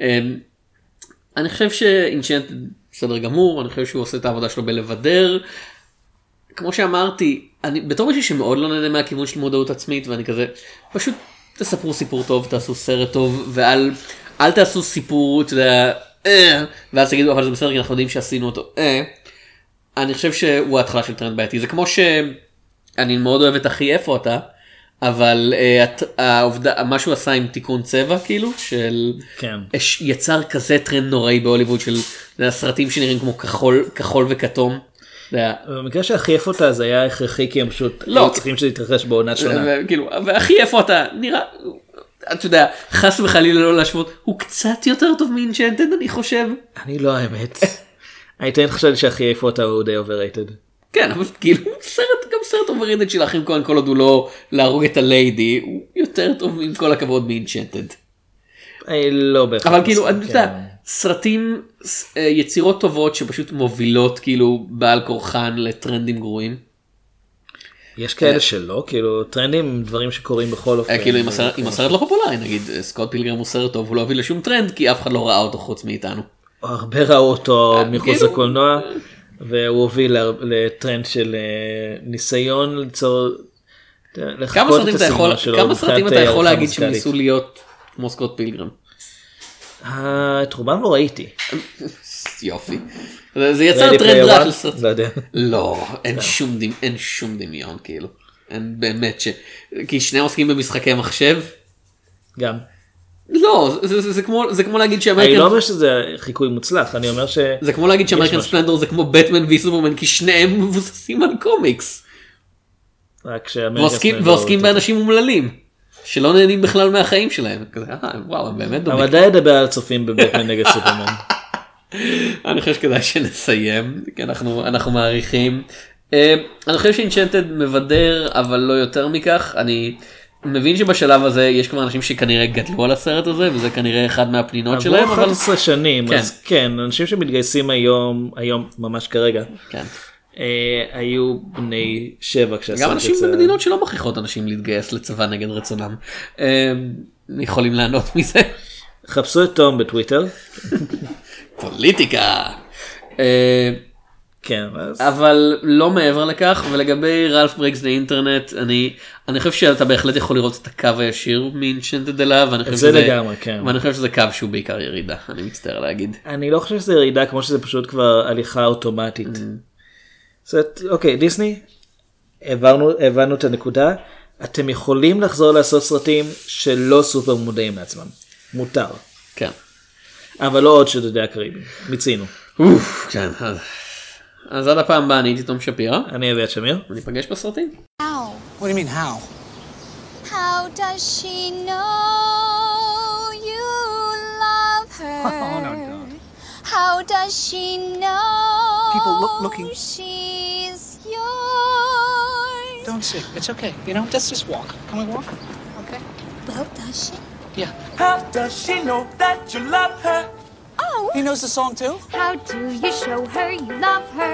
אני חושב שאינצ'נטד בסדר גמור, אני חושב שהוא עושה את העבודה שלו בלבדר. כמו שאמרתי, אני בתור מישהו שמאוד לא נהנה מהכיוון של מודעות עצמית, ואני כזה, פשוט תספרו סיפור טוב, תעשו סרט טוב, ואל אל תעשו סיפור, אתה יודע, אה, ואז תגידו, אבל זה בסדר, כי אנחנו יודעים שעשינו אותו, אה. אני חושב שהוא ההתחלה של טרנד בעייתי. זה כמו שאני מאוד אוהב את אחי איפה אתה, אבל uh, העובדה, מה שהוא עשה עם תיקון צבע כאילו, של כן. יצר כזה טרנד נוראי בהוליווד של סרטים שנראים כמו כחול, כחול וכתום. במקרה שהכי איפה אתה זה היה הכרחי, כי הם פשוט לא, היו צריכים שזה יתרחש בעונה שונה. כאילו, והכי איפה אתה נראה, אתה יודע, חס וחלילה לא להשוות, הוא קצת יותר טוב מאינצ'נטד אני חושב. אני לא האמת. אני תמיד חשבתי שהכי איפה אותה הוא די overrated. כן, אבל כאילו סרט, גם סרט overrated של האחים כהן, כל עוד הוא לא להרוג את הליידי, הוא יותר טוב עם כל הכבוד מאינצ'נטד. אני לא בהחלט. אבל כאילו, אני יודע, סרטים, יצירות טובות שפשוט מובילות כאילו בעל כורחן לטרנדים גרועים. יש כאלה שלא, כאילו טרנדים, דברים שקורים בכל אופן. כאילו אם הסרט לא פופולרי, נגיד סקוט פילגרם הוא סרט טוב, הוא לא הביא לשום טרנד, כי אף אחד לא ראה אותו חוץ מאיתנו. הרבה ראו אותו מחוץ לקולנוע, והוא הוביל לטרנד של ניסיון ליצור, כמה סרטים אתה יכול להגיד שניסו להיות כמו סקוט פילגרם? את רובם לא ראיתי. יופי. זה יצר טרנד רע של סרט. לא, אין שום דמיון כאילו. אין באמת ש... כי שניהם עוסקים במשחקי מחשב. גם. לא, זה כמו להגיד שאמריקן... אני לא אומר שזה חיקוי מוצלח, אני אומר ש... זה כמו להגיד שאמריקן ספלנדור זה כמו בטמן וסופרמן, כי שניהם מבוססים על קומיקס. רק שאמריקן ספלנדור... ועוסקים באנשים אומללים, שלא נהנים בכלל מהחיים שלהם. וואו, הם באמת דומים. אבל די לדבר על צופים בבטמן נגד סופרמן. אני חושב שכדאי שנסיים, כי אנחנו מעריכים. אני חושב שאינצ'נטד מבדר, אבל לא יותר מכך. אני... מבין שבשלב הזה יש כבר אנשים שכנראה גדלו על הסרט הזה, וזה כנראה אחד מהפנינות שלהם. עברו אחת עשרה שנים, כן. אז כן, אנשים שמתגייסים היום, היום ממש כרגע, כן. אה, היו בני שבע כשהסרט יצא. גם אנשים יצא... במדינות שלא מכריחות אנשים להתגייס לצבא נגד רצונם. אה, יכולים לענות מזה. חפשו את תום בטוויטר. פוליטיקה. אה, כן, אז... אבל לא מעבר לכך, ולגבי רלף ברייקס לאינטרנט, אני, אני חושב שאתה בהחלט יכול לראות את הקו הישיר מאינצ'נטד אליו, ואני חושב, שזה, לגמרי, כן. ואני חושב שזה קו שהוא בעיקר ירידה, אני מצטער להגיד. אני לא חושב שזה ירידה, כמו שזה פשוט כבר הליכה אוטומטית. Mm. זאת, אוקיי, דיסני, הבנו, הבנו את הנקודה, אתם יכולים לחזור לעשות סרטים שלא סופר מודעים לעצמם, מותר. כן. אבל לא עוד שדודי הקריבים, מיצינו. אוף, כן, אז... אז עד הפעם הבאה, אני הייתי תום שפירא. אני אביעד שמיר. וניפגש בסרטים. How? What do you mean how? How does she know you love her? Oh, no, no. How does she know People look, looking. she's yours? Don't sit. It's okay. You know, let's just walk. Can we walk? Okay. Well, does she? Yeah. How does she know that you love her? Oh! He knows the song too? How do you show her you love her?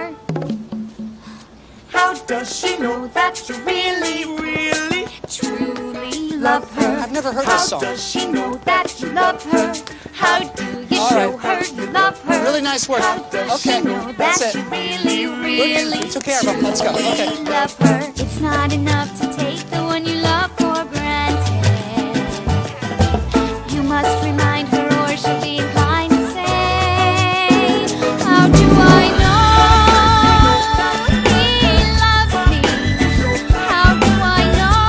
How does she know that you really, really, Truly love her. I've never heard How this song. does she know That you love her. How do you All show right. her you love her? Really nice work. How does Okay, she know that's that it. you really, really, We took care of him. Let's go. truly Okay. love her? It's not enough to take the one you love for granted. You must remind her or she'll be inclined to say, how do I know he loves me? How do I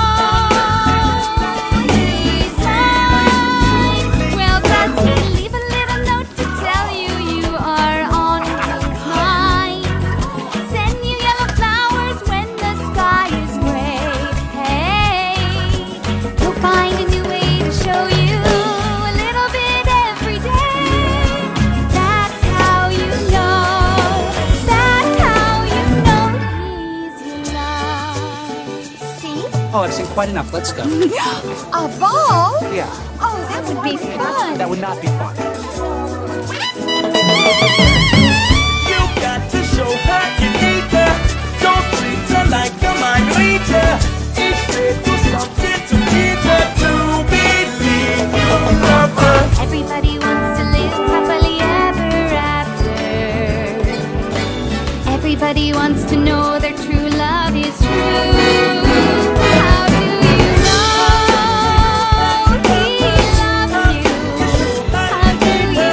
know he's mine? Well, does he leave a little note to tell you you are on his mind? Send you yellow flowers when the sky is gray. Hey, he'll find a new way to show you a little bit every day. That's how you know. That's how you know he's your love. See? Oh, I've seen quite enough. Let's go. A ball? Yeah, Oh, that would be fun. that would not be fun. You got to show her you need her. Don't treat her like a mind reader. Instead, do something to get her to believe you love her. Everybody wants to live happily ever after. Everybody wants to know their true love is true. How do you know he loves you? How do you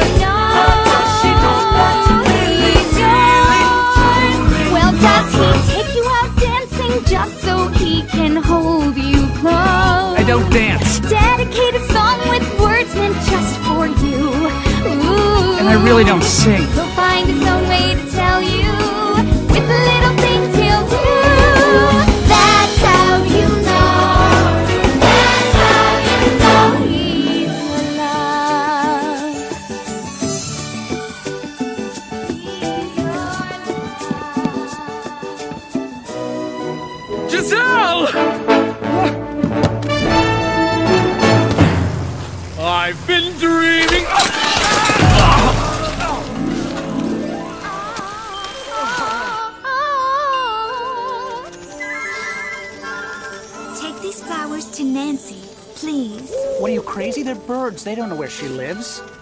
know he's yours? Well, does he take you out dancing just so he can hold you close? I don't dance, Dedicate a song with words meant just for you. Ooh. and I really don't sing. He'll find his own way to tell you with the little things he'll do. That's how you know. That's how you know he's your love. He's your love. Giselle! I've been dreaming. Take these flowers to Nancy, please. What are you, crazy? They're birds. They don't know where she lives.